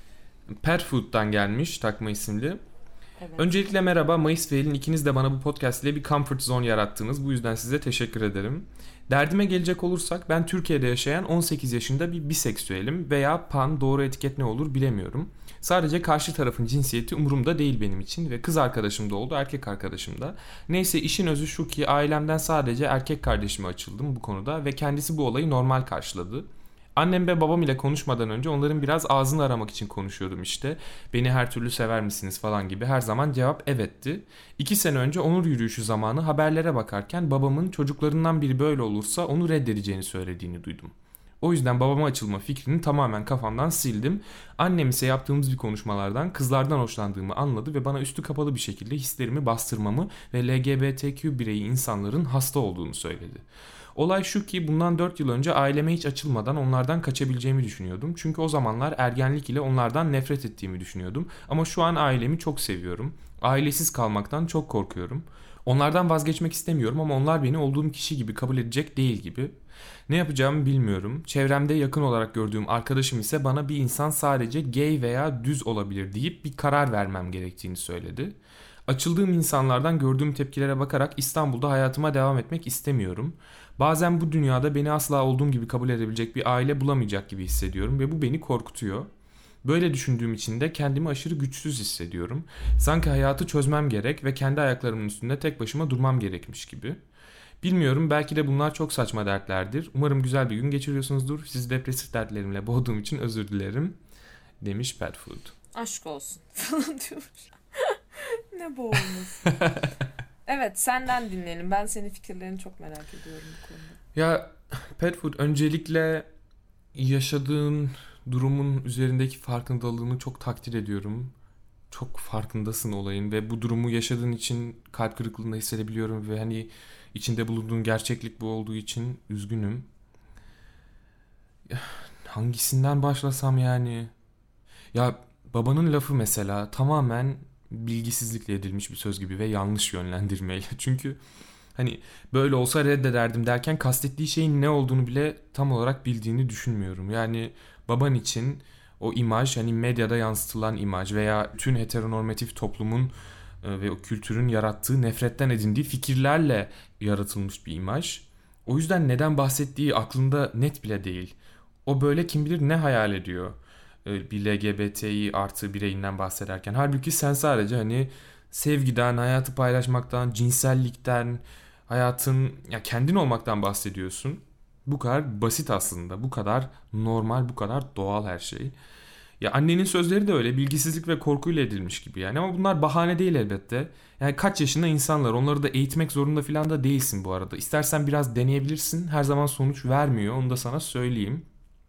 Pet Food'dan gelmiş, takma isimli. Evet. Öncelikle merhaba, Mayıs ve Elin, ikiniz de bana bu podcast ile bir comfort zone yarattınız. Bu yüzden size teşekkür ederim. Derdime gelecek olursak, ben Türkiye'de yaşayan on sekiz yaşında bir biseksüelim veya pan, doğru etiket ne olur bilemiyorum. Sadece karşı tarafın cinsiyeti umurumda değil benim için ve kız arkadaşım da oldu, erkek arkadaşım da. Neyse, işin özü şu ki ailemden sadece erkek kardeşime açıldım bu konuda ve kendisi bu olayı normal karşıladı. Annem ve babam ile konuşmadan önce onların biraz ağzını aramak için konuşuyordum işte. Beni her türlü sever misiniz falan gibi, her zaman cevap evetti. İki sene önce onur yürüyüşü zamanı haberlere bakarken babamın çocuklarından biri böyle olursa onu reddedeceğini söylediğini duydum. O yüzden babama açılma fikrini tamamen kafamdan sildim. Annem ise yaptığımız bir konuşmalardan kızlardan hoşlandığımı anladı ve bana üstü kapalı bir şekilde hislerimi bastırmamı ve L G B T Q bireyi insanların hasta olduğunu söyledi. Olay şu ki bundan dört yıl önce aileme hiç açılmadan onlardan kaçabileceğimi düşünüyordum. Çünkü o zamanlar ergenlik ile onlardan nefret ettiğimi düşünüyordum. Ama şu an ailemi çok seviyorum. Ailesiz kalmaktan çok korkuyorum. Onlardan vazgeçmek istemiyorum ama onlar beni olduğum kişi gibi kabul edecek değil gibi. Ne yapacağımı bilmiyorum. Çevremde yakın olarak gördüğüm arkadaşım ise bana bir insan sadece gay veya düz olabilir deyip bir karar vermem gerektiğini söyledi. Açıldığım insanlardan gördüğüm tepkilere bakarak İstanbul'da hayatıma devam etmek istemiyorum. Bazen bu dünyada beni asla olduğum gibi kabul edebilecek bir aile bulamayacak gibi hissediyorum ve bu beni korkutuyor. Böyle düşündüğüm için de kendimi aşırı güçsüz hissediyorum. Sanki hayatı çözmem gerek ve kendi ayaklarımın üstünde tek başıma durmam gerekmiş gibi. Bilmiyorum, belki de bunlar çok saçma dertlerdir. Umarım güzel bir gün geçiriyorsunuzdur. Sizi depresif dertlerimle boğduğum için özür dilerim. Demiş Pet Food. Aşk olsun falan diyormuş. Ne boğulması. Evet, senden dinleyelim. Ben senin fikirlerini çok merak ediyorum bu konuda. Ya Pet Food, öncelikle yaşadığın durumun üzerindeki farkındalığını çok takdir ediyorum. Çok farkındasın olayın ve bu durumu yaşadığın için kalp kırıklığında hissedebiliyorum ve hani içinde bulunduğun gerçeklik bu olduğu için üzgünüm. Hangisinden başlasam yani? Ya babanın lafı mesela tamamen bilgisizlikle edilmiş bir söz gibi ve yanlış yönlendirmeyle. Çünkü hani böyle olsa reddederdim derken kastettiği şeyin ne olduğunu bile tam olarak bildiğini düşünmüyorum. Yani baban için o imaj, hani medyada yansıtılan imaj veya tüm heteronormatif toplumun e, ve o kültürün yarattığı nefretten edindiği fikirlerle yaratılmış bir imaj. O yüzden neden bahsettiği aklında net bile değil. O böyle kim bilir ne hayal ediyor e, bir L G B T İ artı bireyinden bahsederken. Halbuki sen sadece hani sevgiden, hayatı paylaşmaktan, cinsellikten, hayatın ya kendin olmaktan bahsediyorsun. Bu kadar basit aslında. Bu kadar normal, bu kadar doğal her şey. Ya annenin sözleri de öyle bilgisizlik ve korkuyla edilmiş gibi yani, ama bunlar bahane değil elbette. Yani kaç yaşında insanlar, onları da eğitmek zorunda falan da değilsin bu arada. İstersen biraz deneyebilirsin. Her zaman sonuç vermiyor, onu da sana söyleyeyim.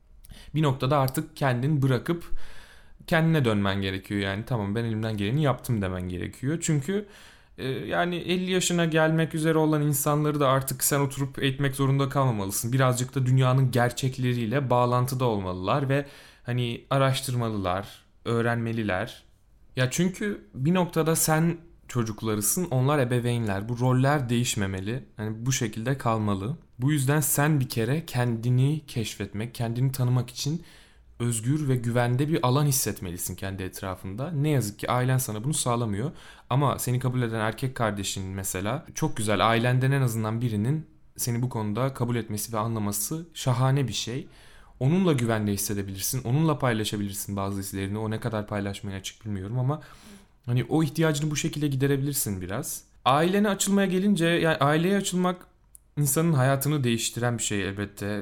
Bir noktada artık kendini bırakıp kendine dönmen gerekiyor yani. Tamam, ben elimden geleni yaptım demen gerekiyor. Çünkü e, yani elli yaşına gelmek üzere olan insanları da artık sen oturup eğitmek zorunda kalmamalısın. Birazcık da dünyanın gerçekleriyle bağlantıda olmalılar ve hani araştırmalılar, öğrenmeliler. Ya çünkü bir noktada sen çocuklarısın, onlar ebeveynler. Bu roller değişmemeli. Yani bu şekilde kalmalı. Bu yüzden sen bir kere kendini keşfetmek, kendini tanımak için özgür ve güvende bir alan hissetmelisin kendi etrafında. Ne yazık ki ailen sana bunu sağlamıyor. Ama seni kabul eden erkek kardeşin mesela çok güzel. Ailenden en azından birinin seni bu konuda kabul etmesi ve anlaması şahane bir şey. Onunla güvende hissedebilirsin. Onunla paylaşabilirsin bazı hislerini. O ne kadar paylaşmaya açık bilmiyorum ama hani o ihtiyacını bu şekilde giderebilirsin biraz. Ailene açılmaya gelince, yani aileye açılmak insanın hayatını değiştiren bir şey elbette.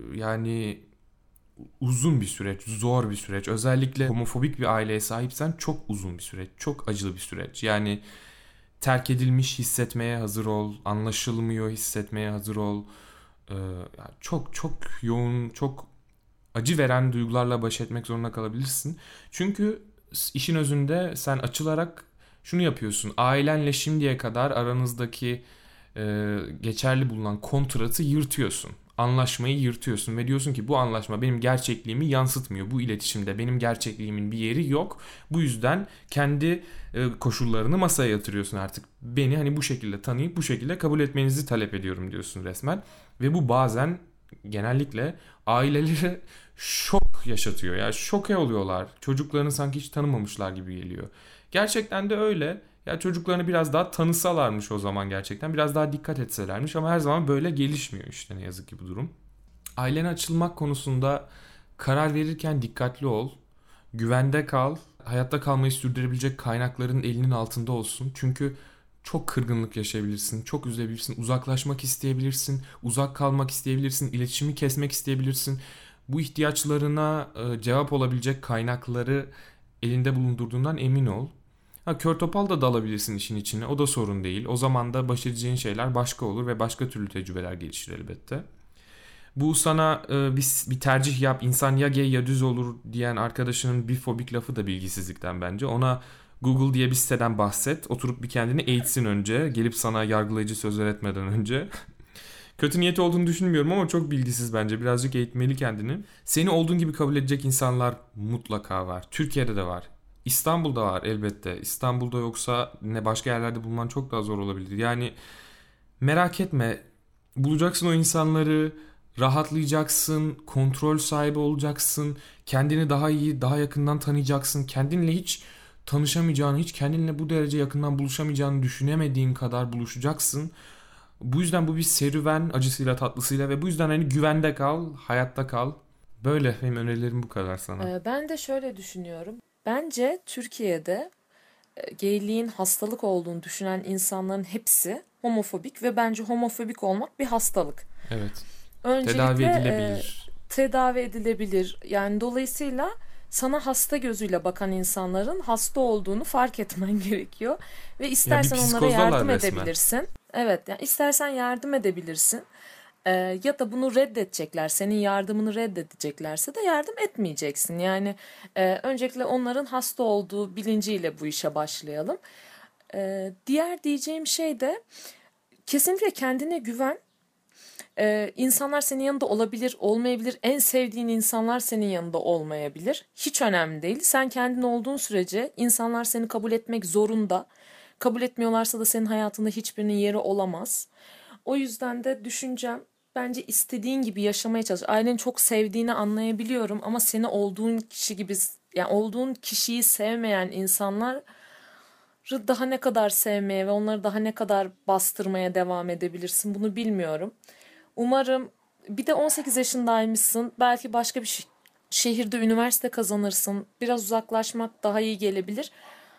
Yani uzun bir süreç, zor bir süreç. Özellikle homofobik bir aileye sahipsen çok uzun bir süreç, çok acılı bir süreç. Yani terk edilmiş hissetmeye hazır ol, anlaşılmıyor hissetmeye hazır ol. Ee, çok çok yoğun, çok acı veren duygularla baş etmek zorunda kalabilirsin. Çünkü işin özünde sen açılarak şunu yapıyorsun. Ailenle şimdiye kadar aranızdaki e, geçerli bulunan kontratı yırtıyorsun. Anlaşmayı yırtıyorsun ve diyorsun ki bu anlaşma benim gerçekliğimi yansıtmıyor. Bu iletişimde benim gerçekliğimin bir yeri yok. Bu yüzden kendi e, koşullarını masaya yatırıyorsun artık. Beni hani bu şekilde tanıyıp bu şekilde kabul etmenizi talep ediyorum diyorsun resmen. Ve bu bazen genellikle aileleri şok yaşatıyor. Yani şoke oluyorlar. Çocuklarını sanki hiç tanımamışlar gibi geliyor. Gerçekten de öyle. Ya çocuklarını biraz daha tanısalarmış o zaman gerçekten. Biraz daha dikkat etselermiş ama her zaman böyle gelişmiyor işte ne yazık ki bu durum. Ailene açılmak konusunda karar verirken dikkatli ol. Güvende kal. Hayatta kalmayı sürdürebilecek kaynakların elinin altında olsun. Çünkü çok kırgınlık yaşayabilirsin, çok üzebilirsin, uzaklaşmak isteyebilirsin, uzak kalmak isteyebilirsin, iletişimi kesmek isteyebilirsin. Bu ihtiyaçlarına e, cevap olabilecek kaynakları elinde bulundurduğundan emin ol. Ha, kör topal da dalabilirsin işin içine. O da sorun değil. O zaman da baş edeceğin şeyler başka olur ve başka türlü tecrübeler gelişir elbette. Bu sana e, bir, bir tercih yap, insan ya gay ya düz olur diyen arkadaşının bifobik lafı da bilgisizlikten bence. Ona Google diye bir siteden bahset. Oturup bir kendini eğitsin önce. Gelip sana yargılayıcı sözler etmeden önce. Kötü niyeti olduğunu düşünmüyorum ama çok bilgisiz bence. Birazcık eğitmeli kendini. Seni olduğun gibi kabul edecek insanlar mutlaka var. Türkiye'de de var. İstanbul'da var elbette. İstanbul'da yoksa ne başka yerlerde bulman çok daha zor olabilir. Yani merak etme. Bulacaksın o insanları, rahatlayacaksın, kontrol sahibi olacaksın. Kendini daha iyi, daha yakından tanıyacaksın. Kendinle hiç tanışamayacağını, hiç kendinle bu derece yakından buluşamayacağını düşünemediğin kadar buluşacaksın. Bu yüzden bu bir serüven acısıyla tatlısıyla ve bu yüzden hani güvende kal, hayatta kal. Böyle benim önerilerim bu kadar sana. Ee, Ben de şöyle düşünüyorum. Bence Türkiye'de e, gayliğin hastalık olduğunu düşünen insanların hepsi homofobik ve bence homofobik olmak bir hastalık. Evet. Öncelikle Tedavi e, edilebilir. tedavi edilebilir. Yani dolayısıyla sana hasta gözüyle bakan insanların hasta olduğunu fark etmen gerekiyor ve Ya bir istersen onlara psikozdalar yardım resmen. edebilirsin. Evet, yani istersen yardım edebilirsin. Ee, ya da bunu reddedecekler, senin yardımını reddedeceklerse de yardım etmeyeceksin. Yani e, öncelikle onların hasta olduğu bilinciyle bu işe başlayalım. Ee, diğer diyeceğim şey de kesinlikle kendine güven. Ee, insanlar senin yanında olabilir, olmayabilir. En sevdiğin insanlar senin yanında olmayabilir. Hiç önemli değil. Sen kendin olduğun sürece insanlar seni kabul etmek zorunda. Kabul etmiyorlarsa da senin hayatında hiçbirinin yeri olamaz. O yüzden de düşüncem bence istediğin gibi yaşamaya çalış. Aileni çok sevdiğini anlayabiliyorum ama seni olduğun kişi gibi yani olduğun kişiyi sevmeyen insanlar daha ne kadar sevmeye ve onları daha ne kadar bastırmaya devam edebilirsin bunu bilmiyorum. Umarım bir de on sekiz yaşındaymışsın. Belki başka bir şi- şehirde üniversite kazanırsın. Biraz uzaklaşmak daha iyi gelebilir.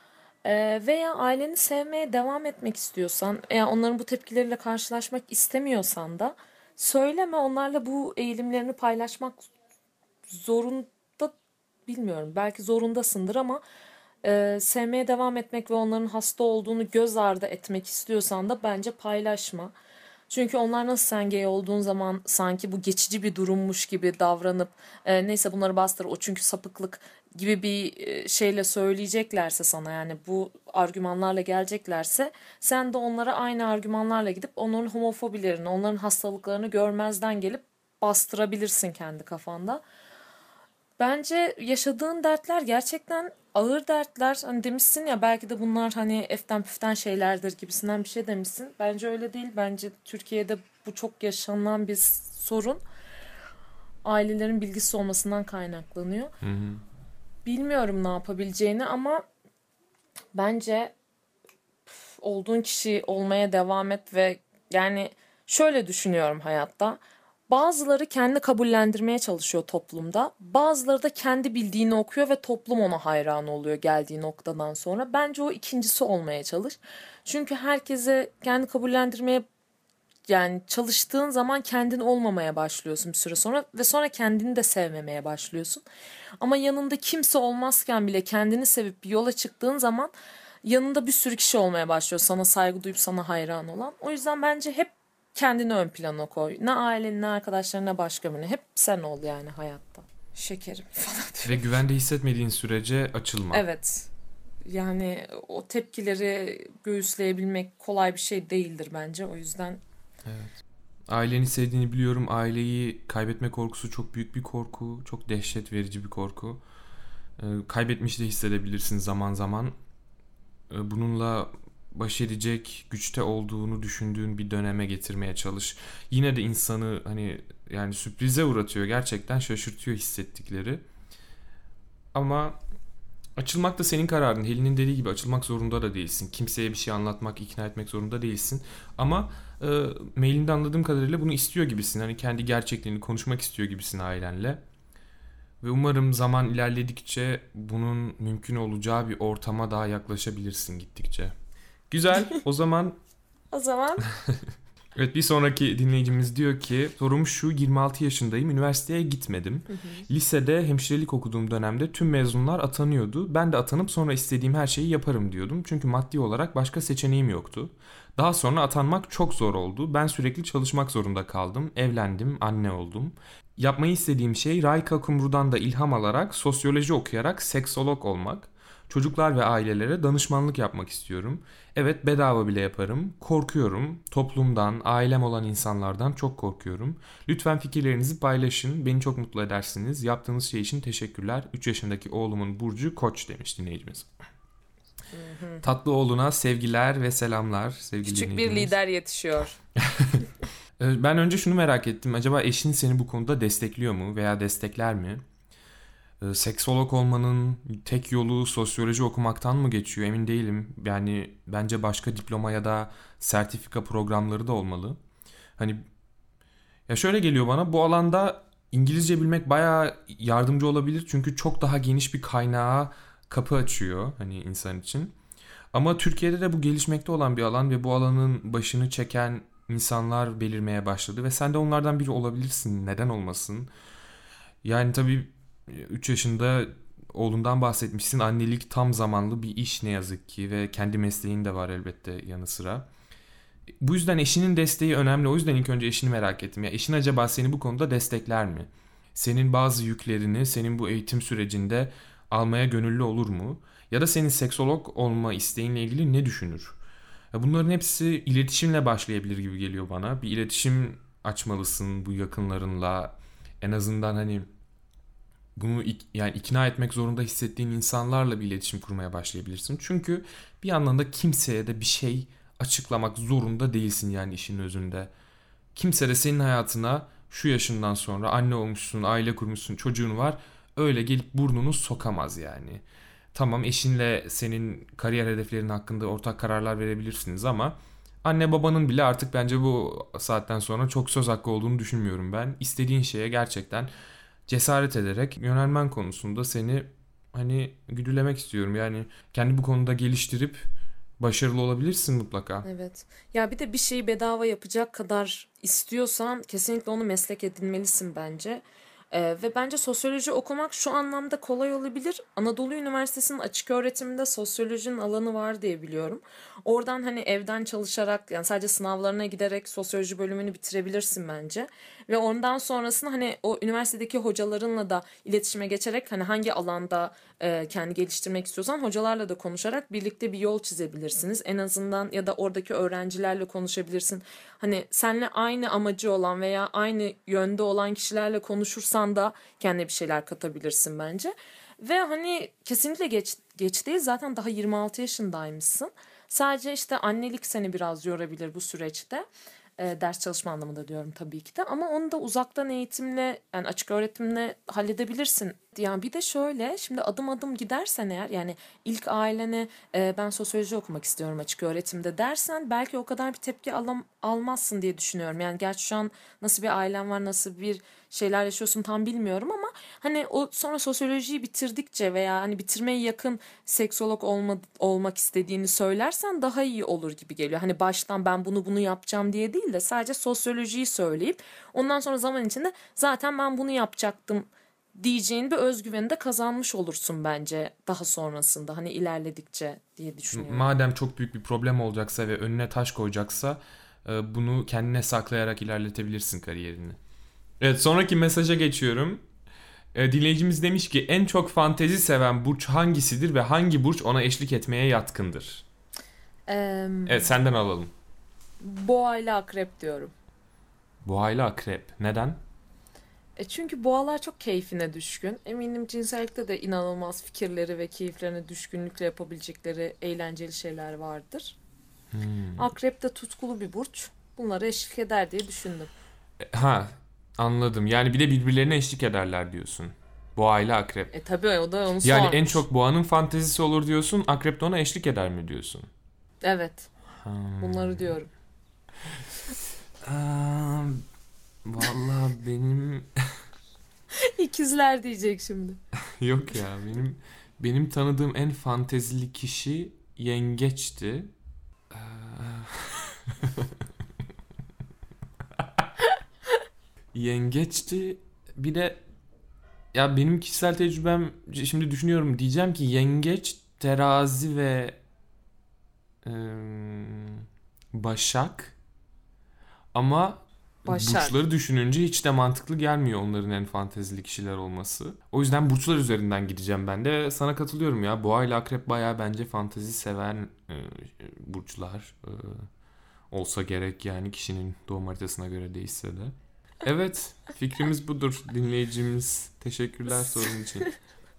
Ee, veya aileni sevmeye devam etmek istiyorsan, eğer onların bu tepkileriyle karşılaşmak istemiyorsan da söyleme, onlarla bu eğilimlerini paylaşmak zorunda, bilmiyorum. Belki zorundasındır ama e, sevmeye devam etmek ve onların hasta olduğunu göz ardı etmek istiyorsan da bence paylaşma. Çünkü onlar nasıl sen gay olduğun zaman sanki bu geçici bir durummuş gibi davranıp e, neyse bunları bastır o çünkü sapıklık gibi bir e, şeyle söyleyeceklerse sana, yani bu argümanlarla geleceklerse sen de onlara aynı argümanlarla gidip onların homofobilerini, onların hastalıklarını görmezden gelip bastırabilirsin kendi kafanda. Bence yaşadığın dertler gerçekten ağır dertler. Hani demişsin ya belki de bunlar hani eften püften şeylerdir gibisinden bir şey demişsin. Bence öyle değil. Bence Türkiye'de bu çok yaşanan bir sorun. Ailelerin bilgisiz olmasından kaynaklanıyor. Hı hı. Bilmiyorum ne yapabileceğini ama bence püf, olduğun kişi olmaya devam et ve yani şöyle düşünüyorum hayatta. Bazıları kendi kabullendirmeye çalışıyor toplumda. Bazıları da kendi bildiğini okuyor ve toplum ona hayran oluyor geldiği noktadan sonra. Bence o ikincisi olmaya çalış. Çünkü herkese kendi kabullendirmeye yani çalıştığın zaman kendin olmamaya başlıyorsun bir süre sonra ve sonra kendini de sevmemeye başlıyorsun. Ama yanında kimse olmazken bile kendini sevip bir yola çıktığın zaman yanında bir sürü kişi olmaya başlıyor. Sana saygı duyup sana hayran olan. O yüzden bence hep kendini ön plana koy. Ne ailen, ne arkadaşların, ne başka birine. Hep sen ol yani hayatta. şekerim falan diyor. Ve güvende hissetmediğin sürece açılma. Evet. Yani o tepkileri göğüsleyebilmek kolay bir şey değildir bence. O yüzden Evet. Aileni sevdiğini biliyorum. Aileyi kaybetme korkusu çok büyük bir korku. Çok dehşet verici bir korku. Ee, kaybetmiş de hissedebilirsin zaman zaman. Ee, bununla baş edecek güçte olduğunu düşündüğün bir döneme getirmeye çalış. Yine de insanı hani yani sürprize uğratıyor. Gerçekten şaşırtıyor hissettikleri. Ama açılmak da senin kararın. Helin'in dediği gibi açılmak zorunda da değilsin. Kimseye bir şey anlatmak, ikna etmek zorunda değilsin. Ama e, mailinde anladığım kadarıyla bunu istiyor gibisin. Hani kendi gerçekliğini konuşmak istiyor gibisin ailenle. Ve umarım zaman ilerledikçe bunun mümkün olacağı bir ortama daha yaklaşabilirsin gittikçe. Güzel. O zaman o zaman evet, bir sonraki dinleyicimiz diyor ki sorum şu: yirmi altı yaşındayım, üniversiteye gitmedim. Hı hı. Lisede hemşirelik okuduğum dönemde tüm mezunlar atanıyordu. Ben de atanıp sonra istediğim her şeyi yaparım diyordum. Çünkü maddi olarak başka seçeneğim yoktu. Daha sonra atanmak çok zor oldu. Ben sürekli çalışmak zorunda kaldım. Evlendim, anne oldum. Yapmayı istediğim şey Rayka Kumru'dan da ilham alarak sosyoloji okuyarak seksolog olmak. Çocuklar ve ailelere danışmanlık yapmak istiyorum. Evet, bedava bile yaparım. Korkuyorum. Toplumdan, ailem olan insanlardan çok korkuyorum. Lütfen fikirlerinizi paylaşın. Beni çok mutlu edersiniz. Yaptığınız şey için teşekkürler. üç yaşındaki oğlumun burcu Koç demiş dinleyicimiz. Hı hı. Tatlı oğluna sevgiler ve selamlar sevgili Küçük bir dinleyicimiz. lider yetişiyor. Ben önce şunu merak ettim. Acaba eşin seni bu konuda destekliyor mu veya destekler mi? Seksolog olmanın tek yolu sosyoloji okumaktan mı geçiyor emin değilim. Yani bence başka diploma ya da sertifika programları da olmalı. Hani ya şöyle geliyor bana, bu alanda İngilizce bilmek bayağı yardımcı olabilir. Çünkü çok daha geniş bir kaynağa kapı açıyor hani insan için. Ama Türkiye'de de bu gelişmekte olan bir alan ve bu alanın başını çeken insanlar belirmeye başladı. Ve sen de onlardan biri olabilirsin. Neden olmasın? Yani tabii üç yaşında oğlundan bahsetmişsin. Annelik tam zamanlı bir iş ne yazık ki ve kendi mesleğin de var elbette yanı sıra. Bu yüzden eşinin desteği önemli. O yüzden ilk önce eşini merak ettim. Ya eşin acaba seni bu konuda destekler mi? Senin bazı yüklerini senin bu eğitim sürecinde almaya gönüllü olur mu? Ya da senin seksolog olma isteğinle ilgili ne düşünür? Ya bunların hepsi iletişimle başlayabilir gibi geliyor bana. Bir iletişim açmalısın bu yakınlarınla. En azından hani bunu ik- yani ikna etmek zorunda hissettiğin insanlarla bir iletişim kurmaya başlayabilirsin. Çünkü bir yandan da kimseye de bir şey açıklamak zorunda değilsin yani işin özünde. Kimse de senin hayatına şu yaşından sonra anne olmuşsun, aile kurmuşsun, çocuğun var, öyle gelip burnunu sokamaz yani. Tamam, eşinle senin kariyer hedeflerin hakkında ortak kararlar verebilirsiniz ama anne babanın bile artık bence bu saatten sonra çok söz hakkı olduğunu düşünmüyorum ben. İstediğin şeye gerçekten cesaret ederek yönelmen konusunda seni hani güdülemek istiyorum. Yani kendi bu konuda geliştirip başarılı olabilirsin mutlaka. Evet. Ya bir de bir şeyi bedava yapacak kadar istiyorsan kesinlikle onu meslek edinmelisin bence. Ee, ve bence sosyoloji okumak şu anlamda kolay olabilir. Anadolu Üniversitesi'nin açık öğretiminde sosyolojinin alanı var diye biliyorum. Oradan hani evden çalışarak yani sadece sınavlarına giderek sosyoloji bölümünü bitirebilirsin bence. Ve ondan sonrasında hani o üniversitedeki hocalarınla da iletişime geçerek hani hangi alanda e, kendi geliştirmek istiyorsan hocalarla da konuşarak birlikte bir yol çizebilirsiniz. En azından ya da oradaki öğrencilerle konuşabilirsin. Hani seninle aynı amacı olan veya aynı yönde olan kişilerle konuşursan da kendine bir şeyler katabilirsin bence. Ve hani kesinlikle geç, geç değil, zaten daha yirmi altı yaşındaymışsın. Sadece işte annelik seni biraz yorabilir bu süreçte. E, ders çalışma anlamında diyorum tabii ki de. Ama onu da uzaktan eğitimle yani açık öğretimle halledebilirsin. Yani bir de şöyle şimdi adım adım gidersen eğer yani ilk ailene e, ben sosyoloji okumak istiyorum açık öğretimde dersen belki o kadar bir tepki alam, almazsın diye düşünüyorum. Yani gerçi şu an nasıl bir ailen var, nasıl bir şeyler yaşıyorsun tam bilmiyorum ama hani o sonra sosyolojiyi bitirdikçe veya hani bitirmeye yakın seksolog olma, olmak istediğini söylersen daha iyi olur gibi geliyor. Hani baştan ben bunu bunu yapacağım diye değil de sadece sosyolojiyi söyleyip ondan sonra zaman içinde zaten ben bunu yapacaktım diyeceğin bir özgüveni de kazanmış olursun bence daha sonrasında hani ilerledikçe diye düşünüyorum. Madem çok büyük bir problem olacaksa ve önüne taş koyacaksa bunu kendine saklayarak ilerletebilirsin kariyerini. Evet, sonraki mesaja geçiyorum. E, dinleyicimiz demiş ki en çok fantezi seven burç hangisidir ve hangi burç ona eşlik etmeye yatkındır? Ee, Evet, senden alalım. Boğa ile akrep diyorum. Boğa ile akrep. Neden? E çünkü boğalar çok keyfine düşkün. Eminim cinsellikte de inanılmaz fikirleri ve keyiflerine düşkünlükle yapabilecekleri eğlenceli şeyler vardır. Hmm. Akrep de tutkulu bir burç. Bunlara eşlik eder diye düşündüm. E, Ha, anladım. Yani bir de birbirlerine eşlik ederler diyorsun. Boğa ile akrep. E tabii o da onu Yani sormuş. en çok boğanın fantezisi olur diyorsun, akrep de ona eşlik eder mi diyorsun? Evet. Hmm. Bunları diyorum. Aa, vallahi benim İkizler diyecek şimdi. yok ya, benim benim tanıdığım en fantezili kişi yengeçti. Aa, yengeçti. Bir de ya benim kişisel tecrübem, şimdi düşünüyorum, diyeceğim ki yengeç, terazi ve ım, başak, ama Başak. burçları düşününce hiç de mantıklı gelmiyor onların en fantezili kişiler olması. O yüzden burçlar üzerinden gideceğim ben de. Sana katılıyorum ya. Boğa ile akrep bayağı bence fantezi seven e, burçlar e, olsa gerek, yani kişinin doğum haritasına göre değişse de. Evet, fikrimiz budur dinleyicimiz. Teşekkürler sorun için.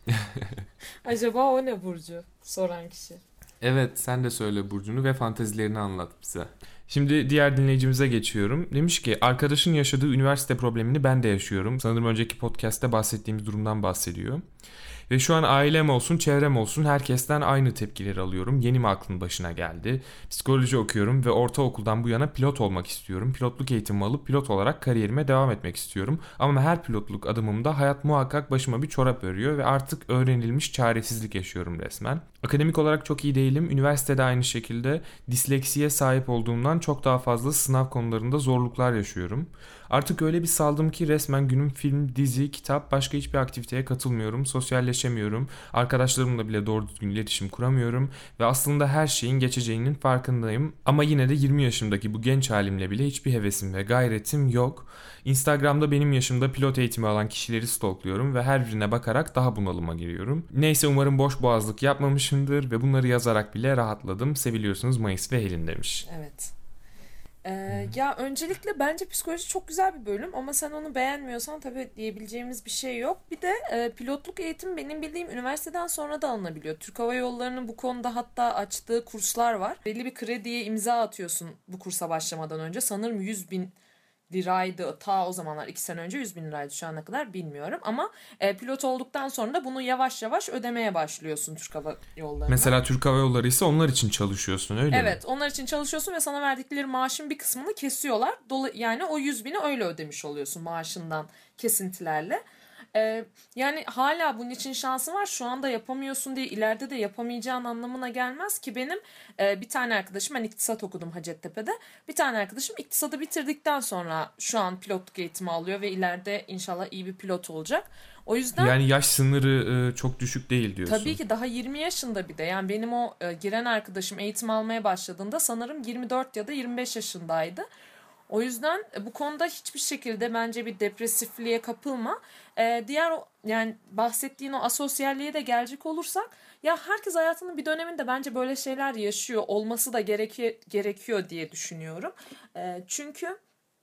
Acaba o ne burcu? Soran kişi. Evet, sen de söyle burcunu ve fantezilerini anlat bize. Şimdi diğer dinleyicimize geçiyorum. Demiş ki arkadaşın yaşadığı üniversite problemini ben de yaşıyorum. Sanırım önceki podcast'te bahsettiğimiz durumdan bahsediyor. Ve şu an ailem olsun, çevrem olsun herkesten aynı tepkileri alıyorum. Yeni mi aklın başına geldi? Psikoloji okuyorum ve ortaokuldan bu yana pilot olmak istiyorum. Pilotluk eğitimi alıp pilot olarak kariyerime devam etmek istiyorum. Ama her pilotluk adımımda hayat muhakkak başıma bir çorap örüyor ve artık öğrenilmiş çaresizlik yaşıyorum resmen. Akademik olarak çok iyi değilim. Üniversitede aynı şekilde disleksiye sahip olduğumdan çok daha fazla sınav konularında zorluklar yaşıyorum. Artık öyle bir saldım ki resmen günüm film, dizi, kitap, başka hiçbir aktiviteye katılmıyorum, sosyalleşemiyorum, arkadaşlarımla bile doğru düzgün iletişim kuramıyorum ve aslında her şeyin geçeceğinin farkındayım. Ama yine de yirmi yaşımdaki bu genç halimle bile hiçbir hevesim ve gayretim yok. Instagram'da benim yaşımda pilot eğitimi alan kişileri stalkluyorum ve her birine bakarak daha bunalıma giriyorum. Neyse, umarım boş boğazlık yapmamışımdır ve bunları yazarak bile rahatladım. Seviliyorsunuz Mayıs ve Helin demiş. Evet. Ee, ya öncelikle bence psikoloji çok güzel bir bölüm ama sen onu beğenmiyorsan tabii diyebileceğimiz bir şey yok. Bir de e, pilotluk eğitimi benim bildiğim üniversiteden sonra da alınabiliyor. Türk Hava Yolları'nın bu konuda hatta açtığı kurslar var. Belli bir krediye imza atıyorsun bu kursa başlamadan önce. Sanırım yüz bin liraydı ta o zamanlar, iki sene önce yüz bin liraydı, şu ana kadar bilmiyorum ama e, pilot olduktan sonra da bunu yavaş yavaş ödemeye başlıyorsun Türk Hava Yolları'na. Mesela Türk Hava Yolları ise onlar için çalışıyorsun, öyle mi? Evet, onlar için çalışıyorsun ve sana verdikleri maaşın bir kısmını kesiyorlar. Dolu- yani o yüz bini öyle ödemiş oluyorsun maaşından kesintilerle. Ee, yani hala bunun için şansın var. Şu anda yapamıyorsun diye ileride de yapamayacağın anlamına gelmez ki. Benim e, bir tane arkadaşım, ben iktisat okudum Hacettepe'de. Bir tane arkadaşım iktisadı bitirdikten sonra şu an pilotluk eğitimi alıyor ve ileride inşallah iyi bir pilot olacak. O yüzden Yani yaş sınırı e, çok düşük değil diyorsun. tabii ki daha yirmi yaşında bir de. Yani benim o e, giren arkadaşım eğitim almaya başladığında sanırım yirmi dört ya da yirmi beş yaşındaydı. O yüzden e, bu konuda hiçbir şekilde bence bir depresifliğe kapılma. E, diğer o, yani bahsettiğin o asosyalliğe de gelecek olursak, ya herkes hayatının bir döneminde bence böyle şeyler yaşıyor, olması da gerekiyor, gerekiyor diye düşünüyorum. E, çünkü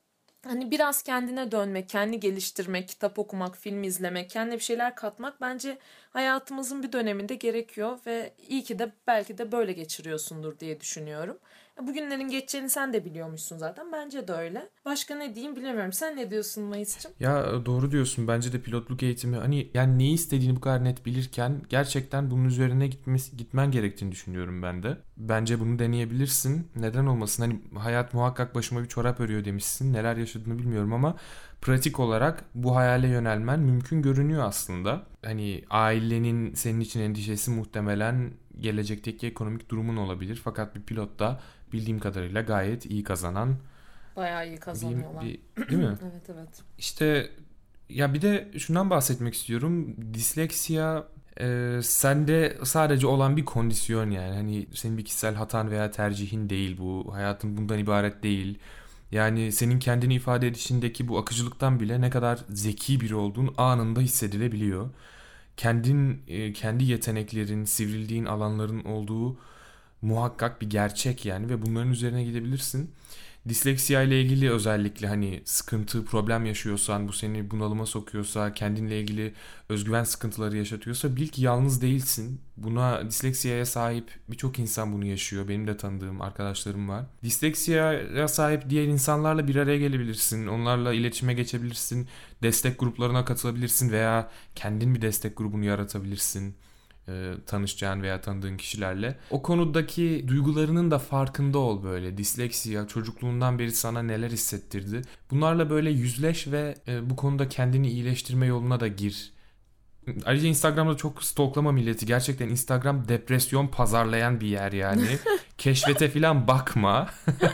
hani biraz kendine dönmek, kendi geliştirmek, kitap okumak, film izlemek, kendine bir şeyler katmak bence hayatımızın bir döneminde gerekiyor ve iyi ki de belki de böyle geçiriyorsundur diye düşünüyorum. Bugünlerin geçeceğini sen de biliyormuşsun zaten. Bence de öyle. Başka ne diyeyim bilemiyorum. Sen ne diyorsun Mayıs'cığım? Ya doğru diyorsun. Bence de pilotluk eğitimi, hani yani neyi istediğini bu kadar net bilirken gerçekten bunun üzerine gitmesi, gitmen gerektiğini düşünüyorum ben de. Bence bunu deneyebilirsin. Neden olmasın? Hani hayat muhakkak başıma bir çorap örüyor demişsin. Neler yaşadığını bilmiyorum ama pratik olarak bu hayale yönelmen mümkün görünüyor aslında. Hani ailenin senin için endişesi muhtemelen gelecekteki ekonomik durumun olabilir. Fakat bir pilot da bildiğim kadarıyla gayet iyi kazanan, Bayağı iyi kazanıyorlar. bir, değil mi? Evet, evet. İşte ya bir de şundan bahsetmek istiyorum. Disleksiya e, sende sadece olan bir kondisyon yani. Hani senin bir kişisel hatan veya tercihin değil bu. Hayatın bundan ibaret değil. Yani senin kendini ifade edişindeki bu akıcılıktan bile ne kadar zeki biri olduğun anında hissedilebiliyor. Kendin, e, kendi yeteneklerin, sivrildiğin alanların olduğu muhakkak bir gerçek yani ve bunların üzerine gidebilirsin. Disleksiya ile ilgili özellikle hani sıkıntı, problem yaşıyorsan, bu seni bunalıma sokuyorsa, kendinle ilgili özgüven sıkıntıları yaşatıyorsa bil ki yalnız değilsin. Buna disleksiyaya sahip birçok insan bunu yaşıyor. Benim de tanıdığım arkadaşlarım var. Disleksiyaya sahip diğer insanlarla bir araya gelebilirsin. Onlarla iletişime geçebilirsin. Destek gruplarına katılabilirsin veya kendin bir destek grubunu yaratabilirsin e, tanışacağın veya tanıdığın kişilerle. O konudaki duygularının da farkında ol böyle. Disleksiya çocukluğundan beri sana neler hissettirdi. Bunlarla böyle yüzleş ve e, bu konuda kendini iyileştirme yoluna da gir. Ayrıca Instagram'da çok stalklama milleti. Gerçekten Instagram depresyon pazarlayan bir yer yani. Keşfete falan bakma.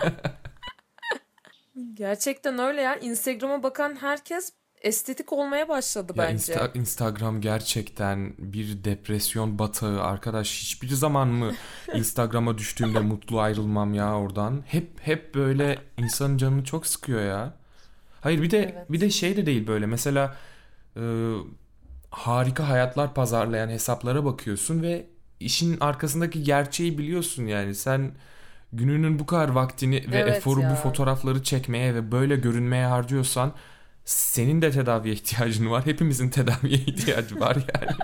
Gerçekten öyle ya. Instagram'a bakan herkes estetik olmaya başladı Ya bence. Insta- Instagram gerçekten bir depresyon batağı arkadaş. Hiçbir zaman mı Instagram'a düştüğümde mutlu ayrılmam ya oradan? Hep hep böyle insanın canını çok sıkıyor ya. Hayır bir de bir Evet. de şey de değil böyle. Mesela e, harika hayatlar pazarlayan hesaplara bakıyorsun ve işin arkasındaki gerçeği biliyorsun yani. Sen gününün bu kadar vaktini ve Evet eforu bu ya. fotoğrafları çekmeye ve böyle görünmeye harcıyorsan senin de tedaviye ihtiyacın var. Hepimizin tedaviye ihtiyacı var yani.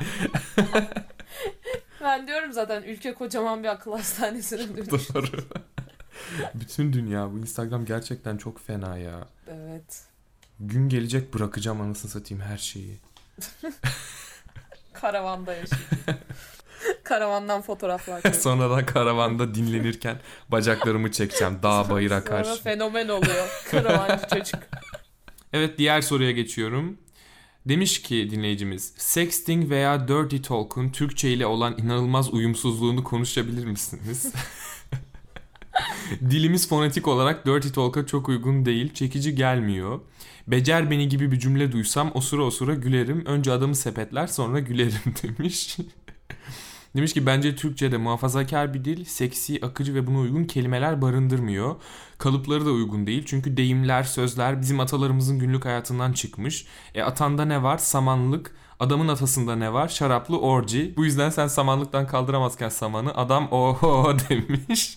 Ben diyorum zaten ülke kocaman bir akıl hastanesine dönüştü. Doğru. Bütün dünya bu Instagram gerçekten çok fena ya. Evet. Gün gelecek bırakacağım anasını satayım her şeyi. Karavanda yaşayacağım. Karavandan fotoğraflar koyuyorum. Sonradan karavanda dinlenirken bacaklarımı çekeceğim dağ bayıra Sonra karşı. fenomen oluyor. Karavancı çocuk. Evet diğer soruya geçiyorum. Demiş ki dinleyicimiz, sexting veya dirty talk'un Türkçe ile olan inanılmaz uyumsuzluğunu konuşabilir misiniz? Dilimiz fonetik olarak dirty talk'a çok uygun değil, çekici gelmiyor. Becer beni gibi bir cümle duysam osura osura gülerim. Önce adamı sepetler sonra gülerim demiş. Demiş ki bence Türkçe'de muhafazakar bir dil, seksi, akıcı ve buna uygun kelimeler barındırmıyor. Kalıpları da uygun değil çünkü deyimler, sözler bizim atalarımızın günlük hayatından çıkmış. E atanda ne var? Samanlık. Adamın atasında ne var? Şaraplı orji. Bu yüzden sen samanlıktan kaldıramazken samanı adam oho demiş.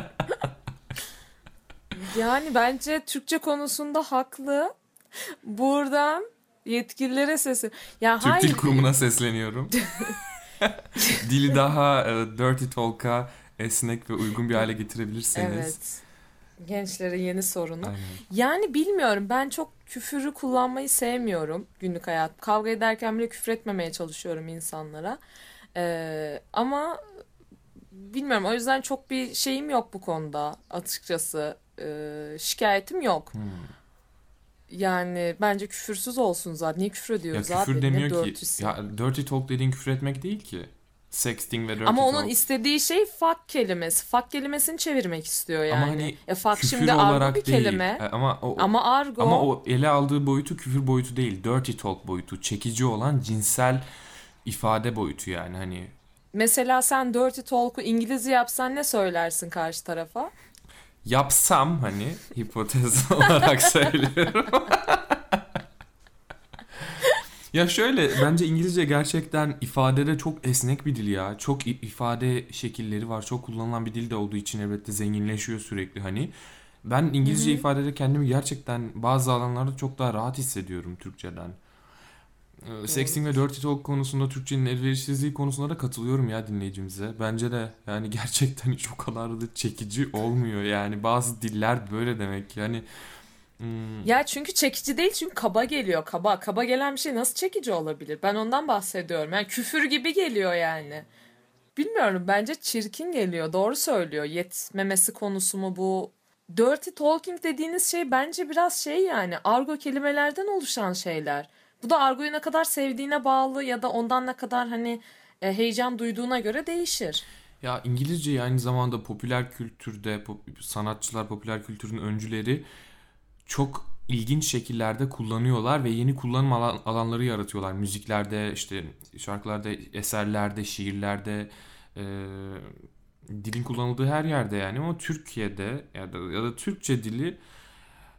Yani bence Türkçe konusunda haklı. Buradan yetkililere sesi. Ya Türk Dil hayır. Kurumu'na sesleniyorum. Dili daha e, dirty talk'a esnek ve uygun bir hale getirebilirseniz. Evet. Gençlerin yeni sorunu. Aynen. Yani bilmiyorum. Ben çok küfürü kullanmayı sevmiyorum günlük hayat. Kavga ederken bile küfür etmemeye çalışıyorum insanlara. Ee, ama bilmiyorum. O yüzden çok bir şeyim yok bu konuda açıkçası. Ee, şikayetim yok. Hmm. Yani bence küfürsüz olsun zaten. Niye küfür Ya ediyoruz küfür abi? Ne demiyor ki. dirty'si? Ya dirty talk dediğin küfür etmek değil ki. Sexting ve dirty Ama onun talk. istediği şey fuck kelimesi. Fuck kelimesini çevirmek istiyor yani. Ama hani E fuck küfür şimdi argo olarak bir değil. kelime. E, Ama o Ama argo. ama o ele aldığı boyutu küfür boyutu değil. Dirty talk boyutu. Çekici olan cinsel ifade boyutu yani hani. Mesela sen dirty talk'u İngilizce yapsan ne söylersin karşı tarafa? Yapsam hani hipotez olarak söylüyorum. Ya şöyle bence İngilizce gerçekten ifadede çok esnek bir dil ya. Çok i- ifade şekilleri var. Çok kullanılan bir dil de olduğu için elbette zenginleşiyor sürekli hani. Ben Hı İngilizce hı. ifadede kendimi gerçekten bazı alanlarda çok daha rahat hissediyorum Türkçeden. Ee, Sexting ve Doğrudur. dirty talk konusunda Türkçenin elverişsizliği konusunda da katılıyorum ya dinleyicimize. Bence de yani gerçekten hiç o kadar da çekici olmuyor yani. Bazı diller böyle demek yani. Hmm, Ya çünkü çekici değil çünkü kaba geliyor. Kaba. Kaba gelen bir şey nasıl çekici olabilir? Ben ondan bahsediyorum. Yani küfür gibi geliyor yani. Bilmiyorum bence çirkin geliyor. Doğru söylüyor. Yetmemesi konusu mu bu? Dirty talking dediğiniz şey bence biraz şey yani argo kelimelerden oluşan şeyler. Bu da argoyu ne kadar sevdiğine bağlı ya da ondan ne kadar hani e, heyecan duyduğuna göre değişir. Ya İngilizceyi aynı zamanda popüler kültürde pop- sanatçılar, popüler kültürün öncüleri çok ilginç şekillerde kullanıyorlar ve yeni kullanım alan- alanları yaratıyorlar. Müziklerde, işte şarkılarda, eserlerde, şiirlerde, e, dilin kullanıldığı her yerde yani. Ama Türkiye'de ya da, ya da Türkçe dili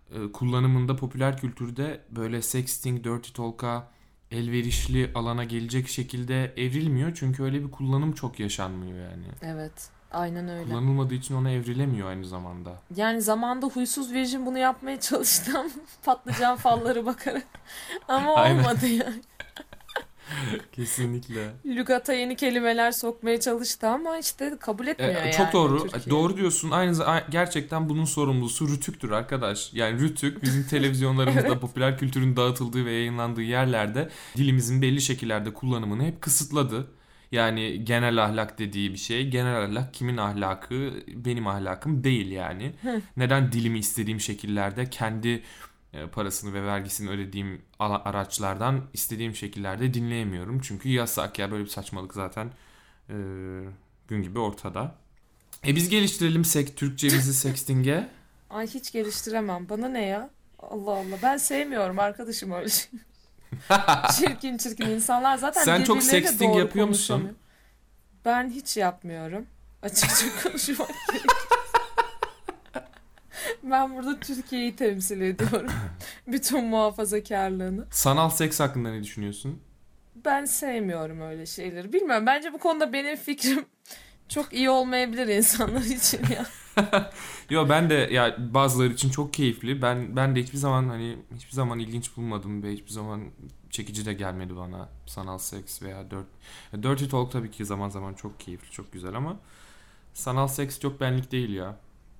e, kullanımında popüler kültürde böyle sexting, dirty talk'a elverişli alana gelecek şekilde evrilmiyor. Çünkü öyle bir kullanım çok yaşanmıyor yani. Evet. Aynen öyle. Kullanılmadığı için ona evrilemiyor aynı zamanda. Yani zamanda huysuz Virgin bunu yapmaya çalıştı ama patlıcan falları bakarak. Ama Aynen. olmadı yani. Kesinlikle. Lügata yeni kelimeler sokmaya çalıştı ama işte kabul etmiyor E, yani çok doğru. Türkiye. Doğru diyorsun. Aynı za- gerçekten bunun sorumlusu Rütük'tür arkadaş. Yani Rütük bizim televizyonlarımızda Evet. popüler kültürün dağıtıldığı ve yayınlandığı yerlerde dilimizin belli şekillerde kullanımını hep kısıtladı. Yani genel ahlak dediği bir şey. Genel ahlak kimin ahlakı? Benim ahlakım değil yani. Hı. Neden dilimi istediğim şekillerde kendi e, parasını ve vergisini ödediğim ala- araçlardan istediğim şekillerde dinleyemiyorum? Çünkü yasak ya, böyle bir saçmalık zaten e, gün gibi ortada. E biz geliştirelim sek Türkçemizi sexting'e. Ay hiç geliştiremem. Bana ne ya? Allah Allah. Ben sevmiyorum arkadaşım öyle şey. Çirkin çirkin insanlar zaten Sen çok birbirleriyle sexting doğru yapıyor musun? konuşamıyor. Ben hiç yapmıyorum. Açıkça konuşmak gerek. Ben burada Türkiye'yi temsil ediyorum. Bütün muhafazakarlığını. Sanal seks hakkında ne düşünüyorsun? Ben sevmiyorum öyle şeyleri. Bilmiyorum. Bence bu konuda benim fikrim çok iyi olmayabilir insanlar için ya. Yo, ben de ya bazıları için çok keyifli. Ben ben de hiçbir zaman hani hiçbir zaman ilginç bulmadım ve hiçbir zaman çekici de gelmedi bana sanal seks veya dirt, dirty talk tabii ki zaman zaman çok keyifli, çok güzel ama sanal seks çok benlik değil ya.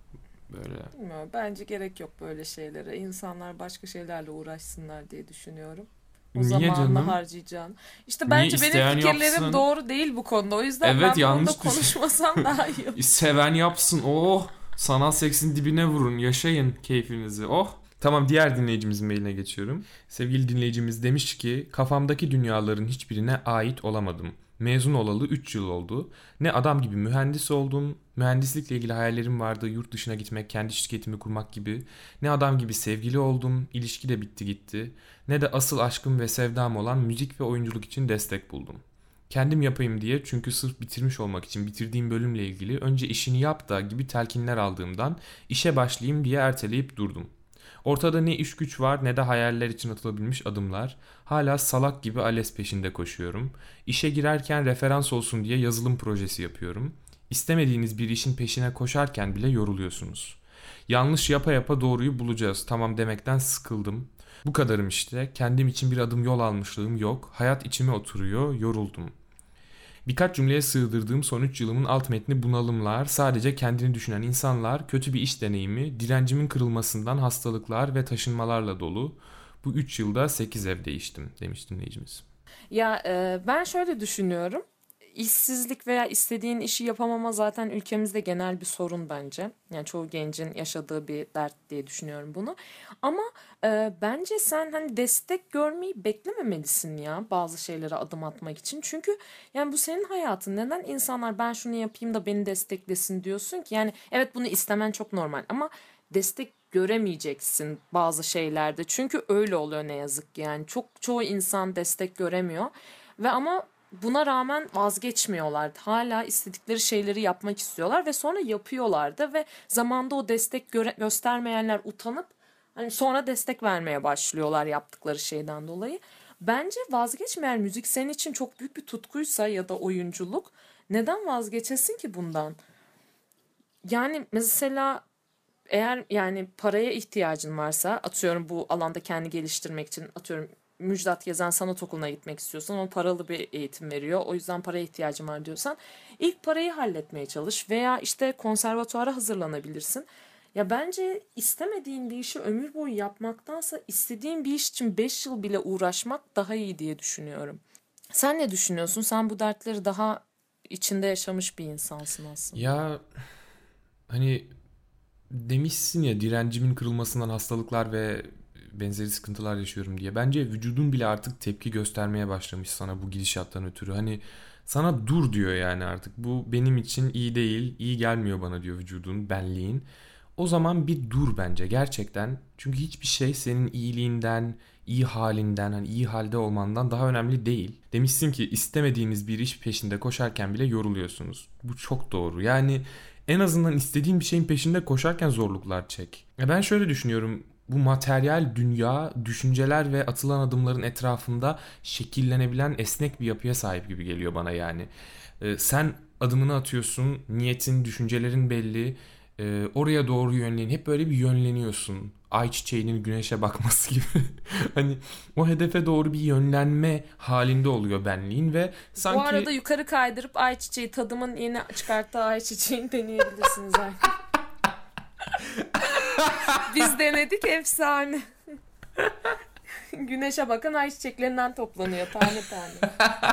Böyle. Bilmiyorum. Bence gerek yok böyle şeylere. İnsanlar başka şeylerle uğraşsınlar diye düşünüyorum. O Niye zamanla canım? harcayacağın. İşte Niye bence benim isteyen fikirlerim yapsın? doğru değil bu konuda. O yüzden Evet, ben bu yanlış konuda konuşmasam daha iyi olur. Seven yapsın. Oh. Sanal seksin dibine vurun. Yaşayın keyfinizi. Oh. Tamam, diğer dinleyicimizin mailine geçiyorum. Sevgili dinleyicimiz demiş ki kafamdaki dünyaların hiçbirine ait olamadım. Mezun olalı üç yıl oldu. Ne adam gibi mühendis oldum. Mühendislikle ilgili hayallerim vardı. Yurt dışına gitmek, kendi şirketimi kurmak gibi. Ne adam gibi sevgili oldum. İlişki de bitti gitti. Ne de asıl aşkım ve sevdam olan müzik ve oyunculuk için destek buldum. Kendim yapayım diye, çünkü sırf bitirmiş olmak için bitirdiğim bölümle ilgili önce işini yap da gibi telkinler aldığımdan işe başlayayım diye erteleyip durdum. Ortada ne iş güç var ne de hayaller için atılabilmiş adımlar. Hala salak gibi ALES peşinde koşuyorum. İşe girerken referans olsun diye yazılım projesi yapıyorum. İstemediğiniz bir işin peşine koşarken bile yoruluyorsunuz. Yanlış yapa yapa doğruyu bulacağız. Tamam demekten sıkıldım. Bu kadarım işte. Kendim için bir adım yol almışlığım yok. Hayat içime oturuyor. Yoruldum. Birkaç cümleye sığdırdığım son üç yılımın alt metni bunalımlar, sadece kendini düşünen insanlar, kötü bir iş deneyimi, direncimin kırılmasından hastalıklar ve taşınmalarla dolu. Bu üç yılda sekiz ev değiştim demiş dinleyicimiz. Ya e, ben şöyle düşünüyorum. İşsizlik veya istediğin işi yapamama zaten ülkemizde genel bir sorun bence. Yani çoğu gencin yaşadığı bir dert diye düşünüyorum bunu. Ama e, bence sen hani destek görmeyi beklememelisin ya bazı şeylere adım atmak için. Çünkü yani bu senin hayatın. Neden insanlar ben şunu yapayım da beni desteklesin diyorsun ki? Yani evet, bunu istemen çok normal ama destek göremeyeceksin bazı şeylerde. Çünkü öyle oluyor ne yazık ki. Yani çok çoğu insan destek göremiyor ve ama buna rağmen vazgeçmiyorlar. Hala istedikleri şeyleri yapmak istiyorlar ve sonra yapıyorlar da ve zamanda o destek göre- göstermeyenler utanıp hani sonra destek vermeye başlıyorlar yaptıkları şeyden dolayı. Bence vazgeçmeyen, müzik senin için çok büyük bir tutkuysa ya da oyunculuk, neden vazgeçesin ki bundan? Yani mesela eğer yani paraya ihtiyacın varsa, atıyorum bu alanda kendi geliştirmek için, atıyorum Müjdat Gezen Sanat Okulu'na gitmek istiyorsan o paralı bir eğitim veriyor. O yüzden paraya ihtiyacım var diyorsan ilk parayı halletmeye çalış veya işte konservatuara hazırlanabilirsin. Ya bence istemediğin bir işi ömür boyu yapmaktansa istediğin bir iş için beş yıl bile uğraşmak daha iyi diye düşünüyorum. Sen ne düşünüyorsun? Sen bu dertleri daha içinde yaşamış bir insansın aslında. Ya hani demişsin ya, direncimin kırılmasından hastalıklar ve benzeri sıkıntılar yaşıyorum diye. Bence vücudun bile artık tepki göstermeye başlamış sana bu gidişattan ötürü. Hani sana dur diyor yani artık. Bu benim için iyi değil, iyi gelmiyor bana diyor vücudun, benliğin. O zaman bir dur bence gerçekten. Çünkü hiçbir şey senin iyiliğinden, iyi halinden, hani iyi halde olmandan daha önemli değil. Demişsin ki istemediğiniz bir iş peşinde koşarken bile yoruluyorsunuz. Bu çok doğru. Yani en azından istediğin bir şeyin peşinde koşarken zorluklar çek. Ya ben şöyle düşünüyorum. bu materyal dünya, düşünceler ve atılan adımların etrafında şekillenebilen esnek bir yapıya sahip gibi geliyor bana yani. Ee, sen adımını atıyorsun, niyetin, düşüncelerin belli. Ee, oraya doğru yönlen, hep böyle bir yönleniyorsun. Ay çiçeğinin güneşe bakması gibi. Hani o hedefe doğru bir yönlenme halinde oluyor benliğin ve sanki... Bu arada yukarı kaydırıp ayçiçeği, tadımın yeni çıkarttığı ayçiçeğini deneyebilirsiniz artık. Biz denedik, efsane. Güneşe bakın ayçiçeklerinden toplanıyor tane tane.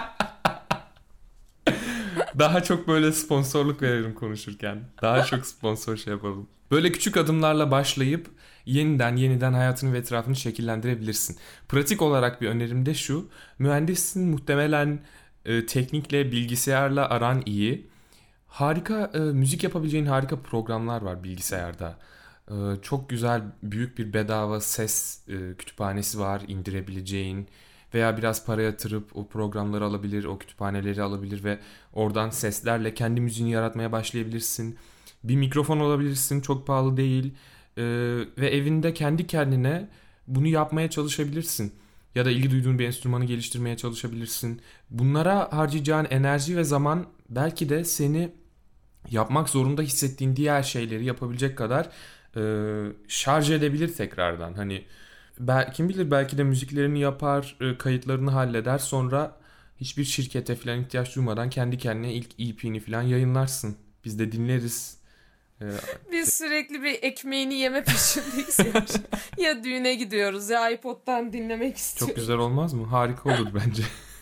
Daha çok böyle sponsorluk verelim konuşurken. Daha çok sponsor şey yapalım. Böyle küçük adımlarla başlayıp yeniden yeniden hayatını ve etrafını şekillendirebilirsin. Pratik olarak bir önerim de şu. Mühendissin, muhtemelen e, teknikle, bilgisayarla aran iyi. Harika e, müzik yapabileceğin harika programlar var bilgisayarda. E, çok güzel, büyük bir bedava ses e, kütüphanesi var indirebileceğin. Veya biraz para yatırıp o programları alabilir, o kütüphaneleri alabilir ve oradan seslerle kendi müziğini yaratmaya başlayabilirsin. Bir mikrofon alabilirsin, çok pahalı değil. Ee, ve evinde kendi kendine bunu yapmaya çalışabilirsin. Ya da ilgi duyduğun bir enstrümanı geliştirmeye çalışabilirsin. Bunlara harcayacağın enerji ve zaman belki de seni yapmak zorunda hissettiğin diğer şeyleri yapabilecek kadar e, şarj edebilir tekrardan. Hani Bel, kim bilir belki de müziklerini yapar, kayıtlarını halleder. Sonra hiçbir şirkete falan ihtiyaç duymadan kendi kendine ilk E P'ni falan yayınlarsın. Biz de dinleriz. Ee, Biz sürekli bir ekmeğini yeme peşindeyiz. Ya. Ya düğüne gidiyoruz ya iPod'dan dinlemek istiyoruz. Çok güzel olmaz mı? Harika olur bence.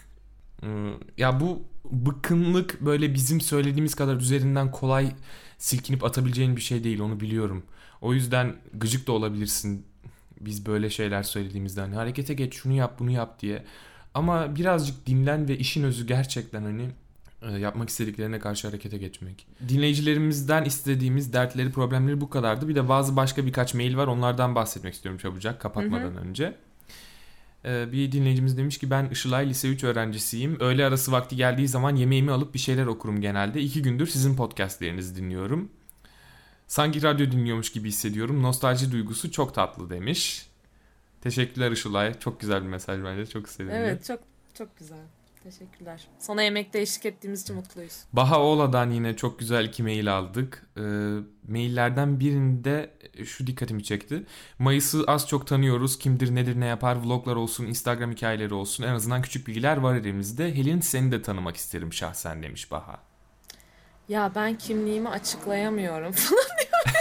Ya bu bıkkınlık böyle bizim söylediğimiz kadar üzerinden kolay silkinip atabileceğin bir şey değil, onu biliyorum. O yüzden gıcık da olabilirsin. Biz böyle şeyler söylediğimizde hani harekete geç, şunu yap, bunu yap diye. Ama birazcık dinlen ve işin özü gerçekten hani yapmak istediklerine karşı harekete geçmek. Dinleyicilerimizden istediğimiz dertleri, problemleri bu kadardı. Bir de bazı başka birkaç mail var. Onlardan bahsetmek istiyorum çabucak kapatmadan hı hı. önce. Ee, bir dinleyicimiz demiş ki ben Işılay Lise üç öğrencisiyim. Öğle arası vakti geldiği zaman yemeğimi alıp bir şeyler okurum genelde. İki gündür sizin podcastlerinizi dinliyorum. Sanki radyo dinliyormuş gibi hissediyorum. Nostalji duygusu çok tatlı demiş. Teşekkürler Işılay. Çok güzel bir mesaj bence. Çok sevindim. Evet, çok çok güzel. Teşekkürler. Sana yemekte eşlik ettiğimiz için mutluyuz. Baha Oğla'dan yine çok güzel iki mail aldık. E, maillerden birinde şu dikkatimi çekti. Mayıs'ı az çok tanıyoruz. Kimdir, nedir, ne yapar, vloglar olsun, Instagram hikayeleri olsun. En azından küçük bilgiler var elimizde. Helin seni de tanımak isterim şahsen demiş Baha. Ya ben kimliğimi açıklayamıyorum falan diyor.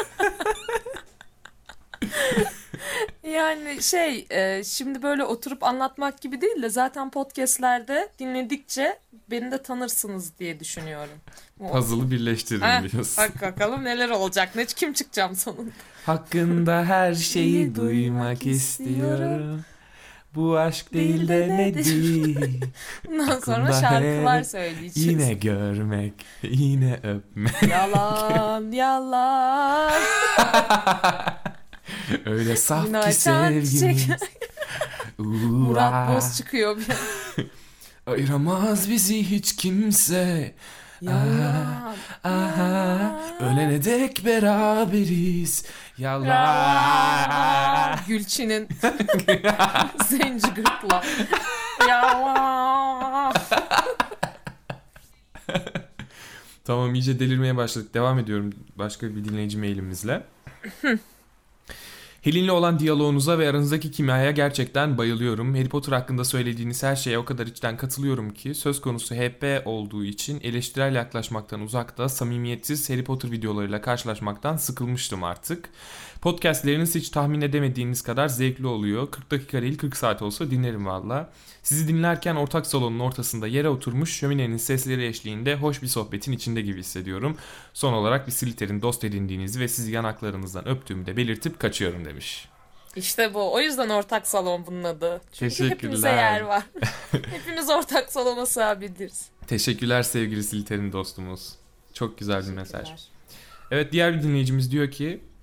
Yani şey e, şimdi böyle oturup anlatmak gibi değil de zaten podcastlerde dinledikçe beni de tanırsınız diye düşünüyorum. Puzzle'ı birleştirin Heh, diyorsun. bak bakalım neler olacak, ne kim çıkacağım sonunda. Hakkında her şeyi duymak istiyorum. Bu aşk değil de nedir? Bundan sonra şarkılar söyleyeceğiz. Yine görmek, yine öpmek. Yalan, yalan. Öyle saf Yine ki sevgimiz. Murat Boz çıkıyor bir. Ayıramaz bizi hiç kimse. Yalan. Aha, aha. Ölene dek beraberiz. Yalan. Gülçin'in zenci gırtla. Yalan. Tamam, iyice delirmeye başladık. Devam ediyorum başka bir dinleyici mailimizle. Helin'le olan diyaloğunuza ve aranızdaki kimyaya gerçekten bayılıyorum. Harry Potter hakkında söylediğiniz her şeye o kadar içten katılıyorum ki söz konusu H P olduğu için eleştirel yaklaşmaktan uzakta, samimiyetsiz Harry Potter videolarıyla karşılaşmaktan sıkılmıştım artık. Podcastleriniz hiç tahmin edemediğiniz kadar zevkli oluyor. kırk dakika değil kırk saat olsa dinlerim valla. Sizi dinlerken ortak salonun ortasında yere oturmuş şöminenin sesleri eşliğinde hoş bir sohbetin içinde gibi hissediyorum. Son olarak bir Slytherin dost edindiğinizi ve sizi yanaklarınızdan öptüğümü de belirtip kaçıyorum demiş. İşte bu. O yüzden ortak salon bunun adı. Çünkü Teşekkürler. hepimize yer var. Hepimiz ortak salona sığabiliriz. Teşekkürler sevgili Slytherin dostumuz. Çok güzel bir mesaj. Evet, diğer bir dinleyicimiz diyor ki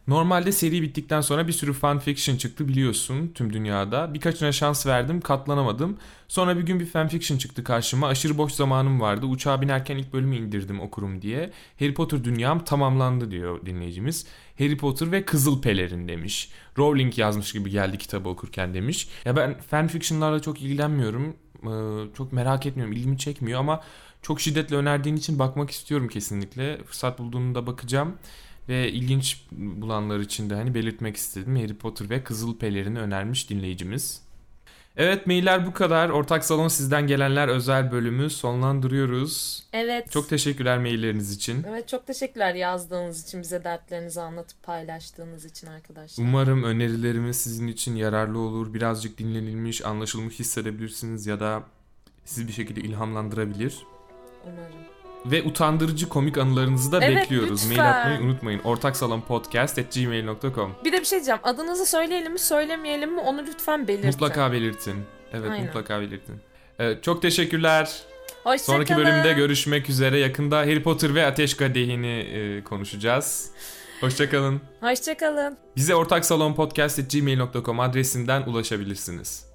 Normalde seri bittikten sonra bir sürü fanfiction çıktı biliyorsun tüm dünyada. Birkaçına şans verdim, katlanamadım. Sonra bir gün bir fanfiction çıktı karşıma. Aşırı boş zamanım vardı. Uçağa binerken ilk bölümü indirdim okurum diye. Harry Potter dünyam tamamlandı diyor dinleyicimiz. Harry Potter ve Kızıl Pelerin demiş. Rowling yazmış gibi geldi kitabı okurken demiş. Ya ben fanfictionlarla çok ilgilenmiyorum. Ee, çok merak etmiyorum. İlgimi çekmiyor ama çok şiddetle önerdiğin için bakmak istiyorum kesinlikle. Fırsat bulduğumda bakacağım. Ve ilginç bulanlar için de hani belirtmek istedim. Harry Potter ve Kızıl Pelerin'i önermiş dinleyicimiz. Evet, mailler bu kadar. Ortak Salon Sizden Gelenler özel bölümü sonlandırıyoruz. Evet. Çok teşekkürler mailleriniz için. Evet, çok teşekkürler yazdığınız için, bize dertlerinizi anlatıp paylaştığınız için arkadaşlar. Umarım önerilerimiz sizin için yararlı olur. Birazcık dinlenilmiş, anlaşılmış hissedebilirsiniz ya da sizi bir şekilde ilhamlandırabilir. Umarım. Ve utandırıcı komik anılarınızı da Evet, bekliyoruz. lütfen. Mail atmayı unutmayın. ortaksalonpodcast at gmail nokta com. Bir de bir şey diyeceğim. Adınızı söyleyelim mi söylemeyelim mi onu lütfen belirtin. Mutlaka belirtin. Evet, Aynen. mutlaka belirtin. Evet, çok teşekkürler. Hoşça Sonraki kalın. bölümde görüşmek üzere. Yakında Harry Potter ve Ateş Kadehi'ni e, konuşacağız. Hoşçakalın. Hoşça kalın. Bize ortaksalonpodcast at gmail nokta com adresinden ulaşabilirsiniz.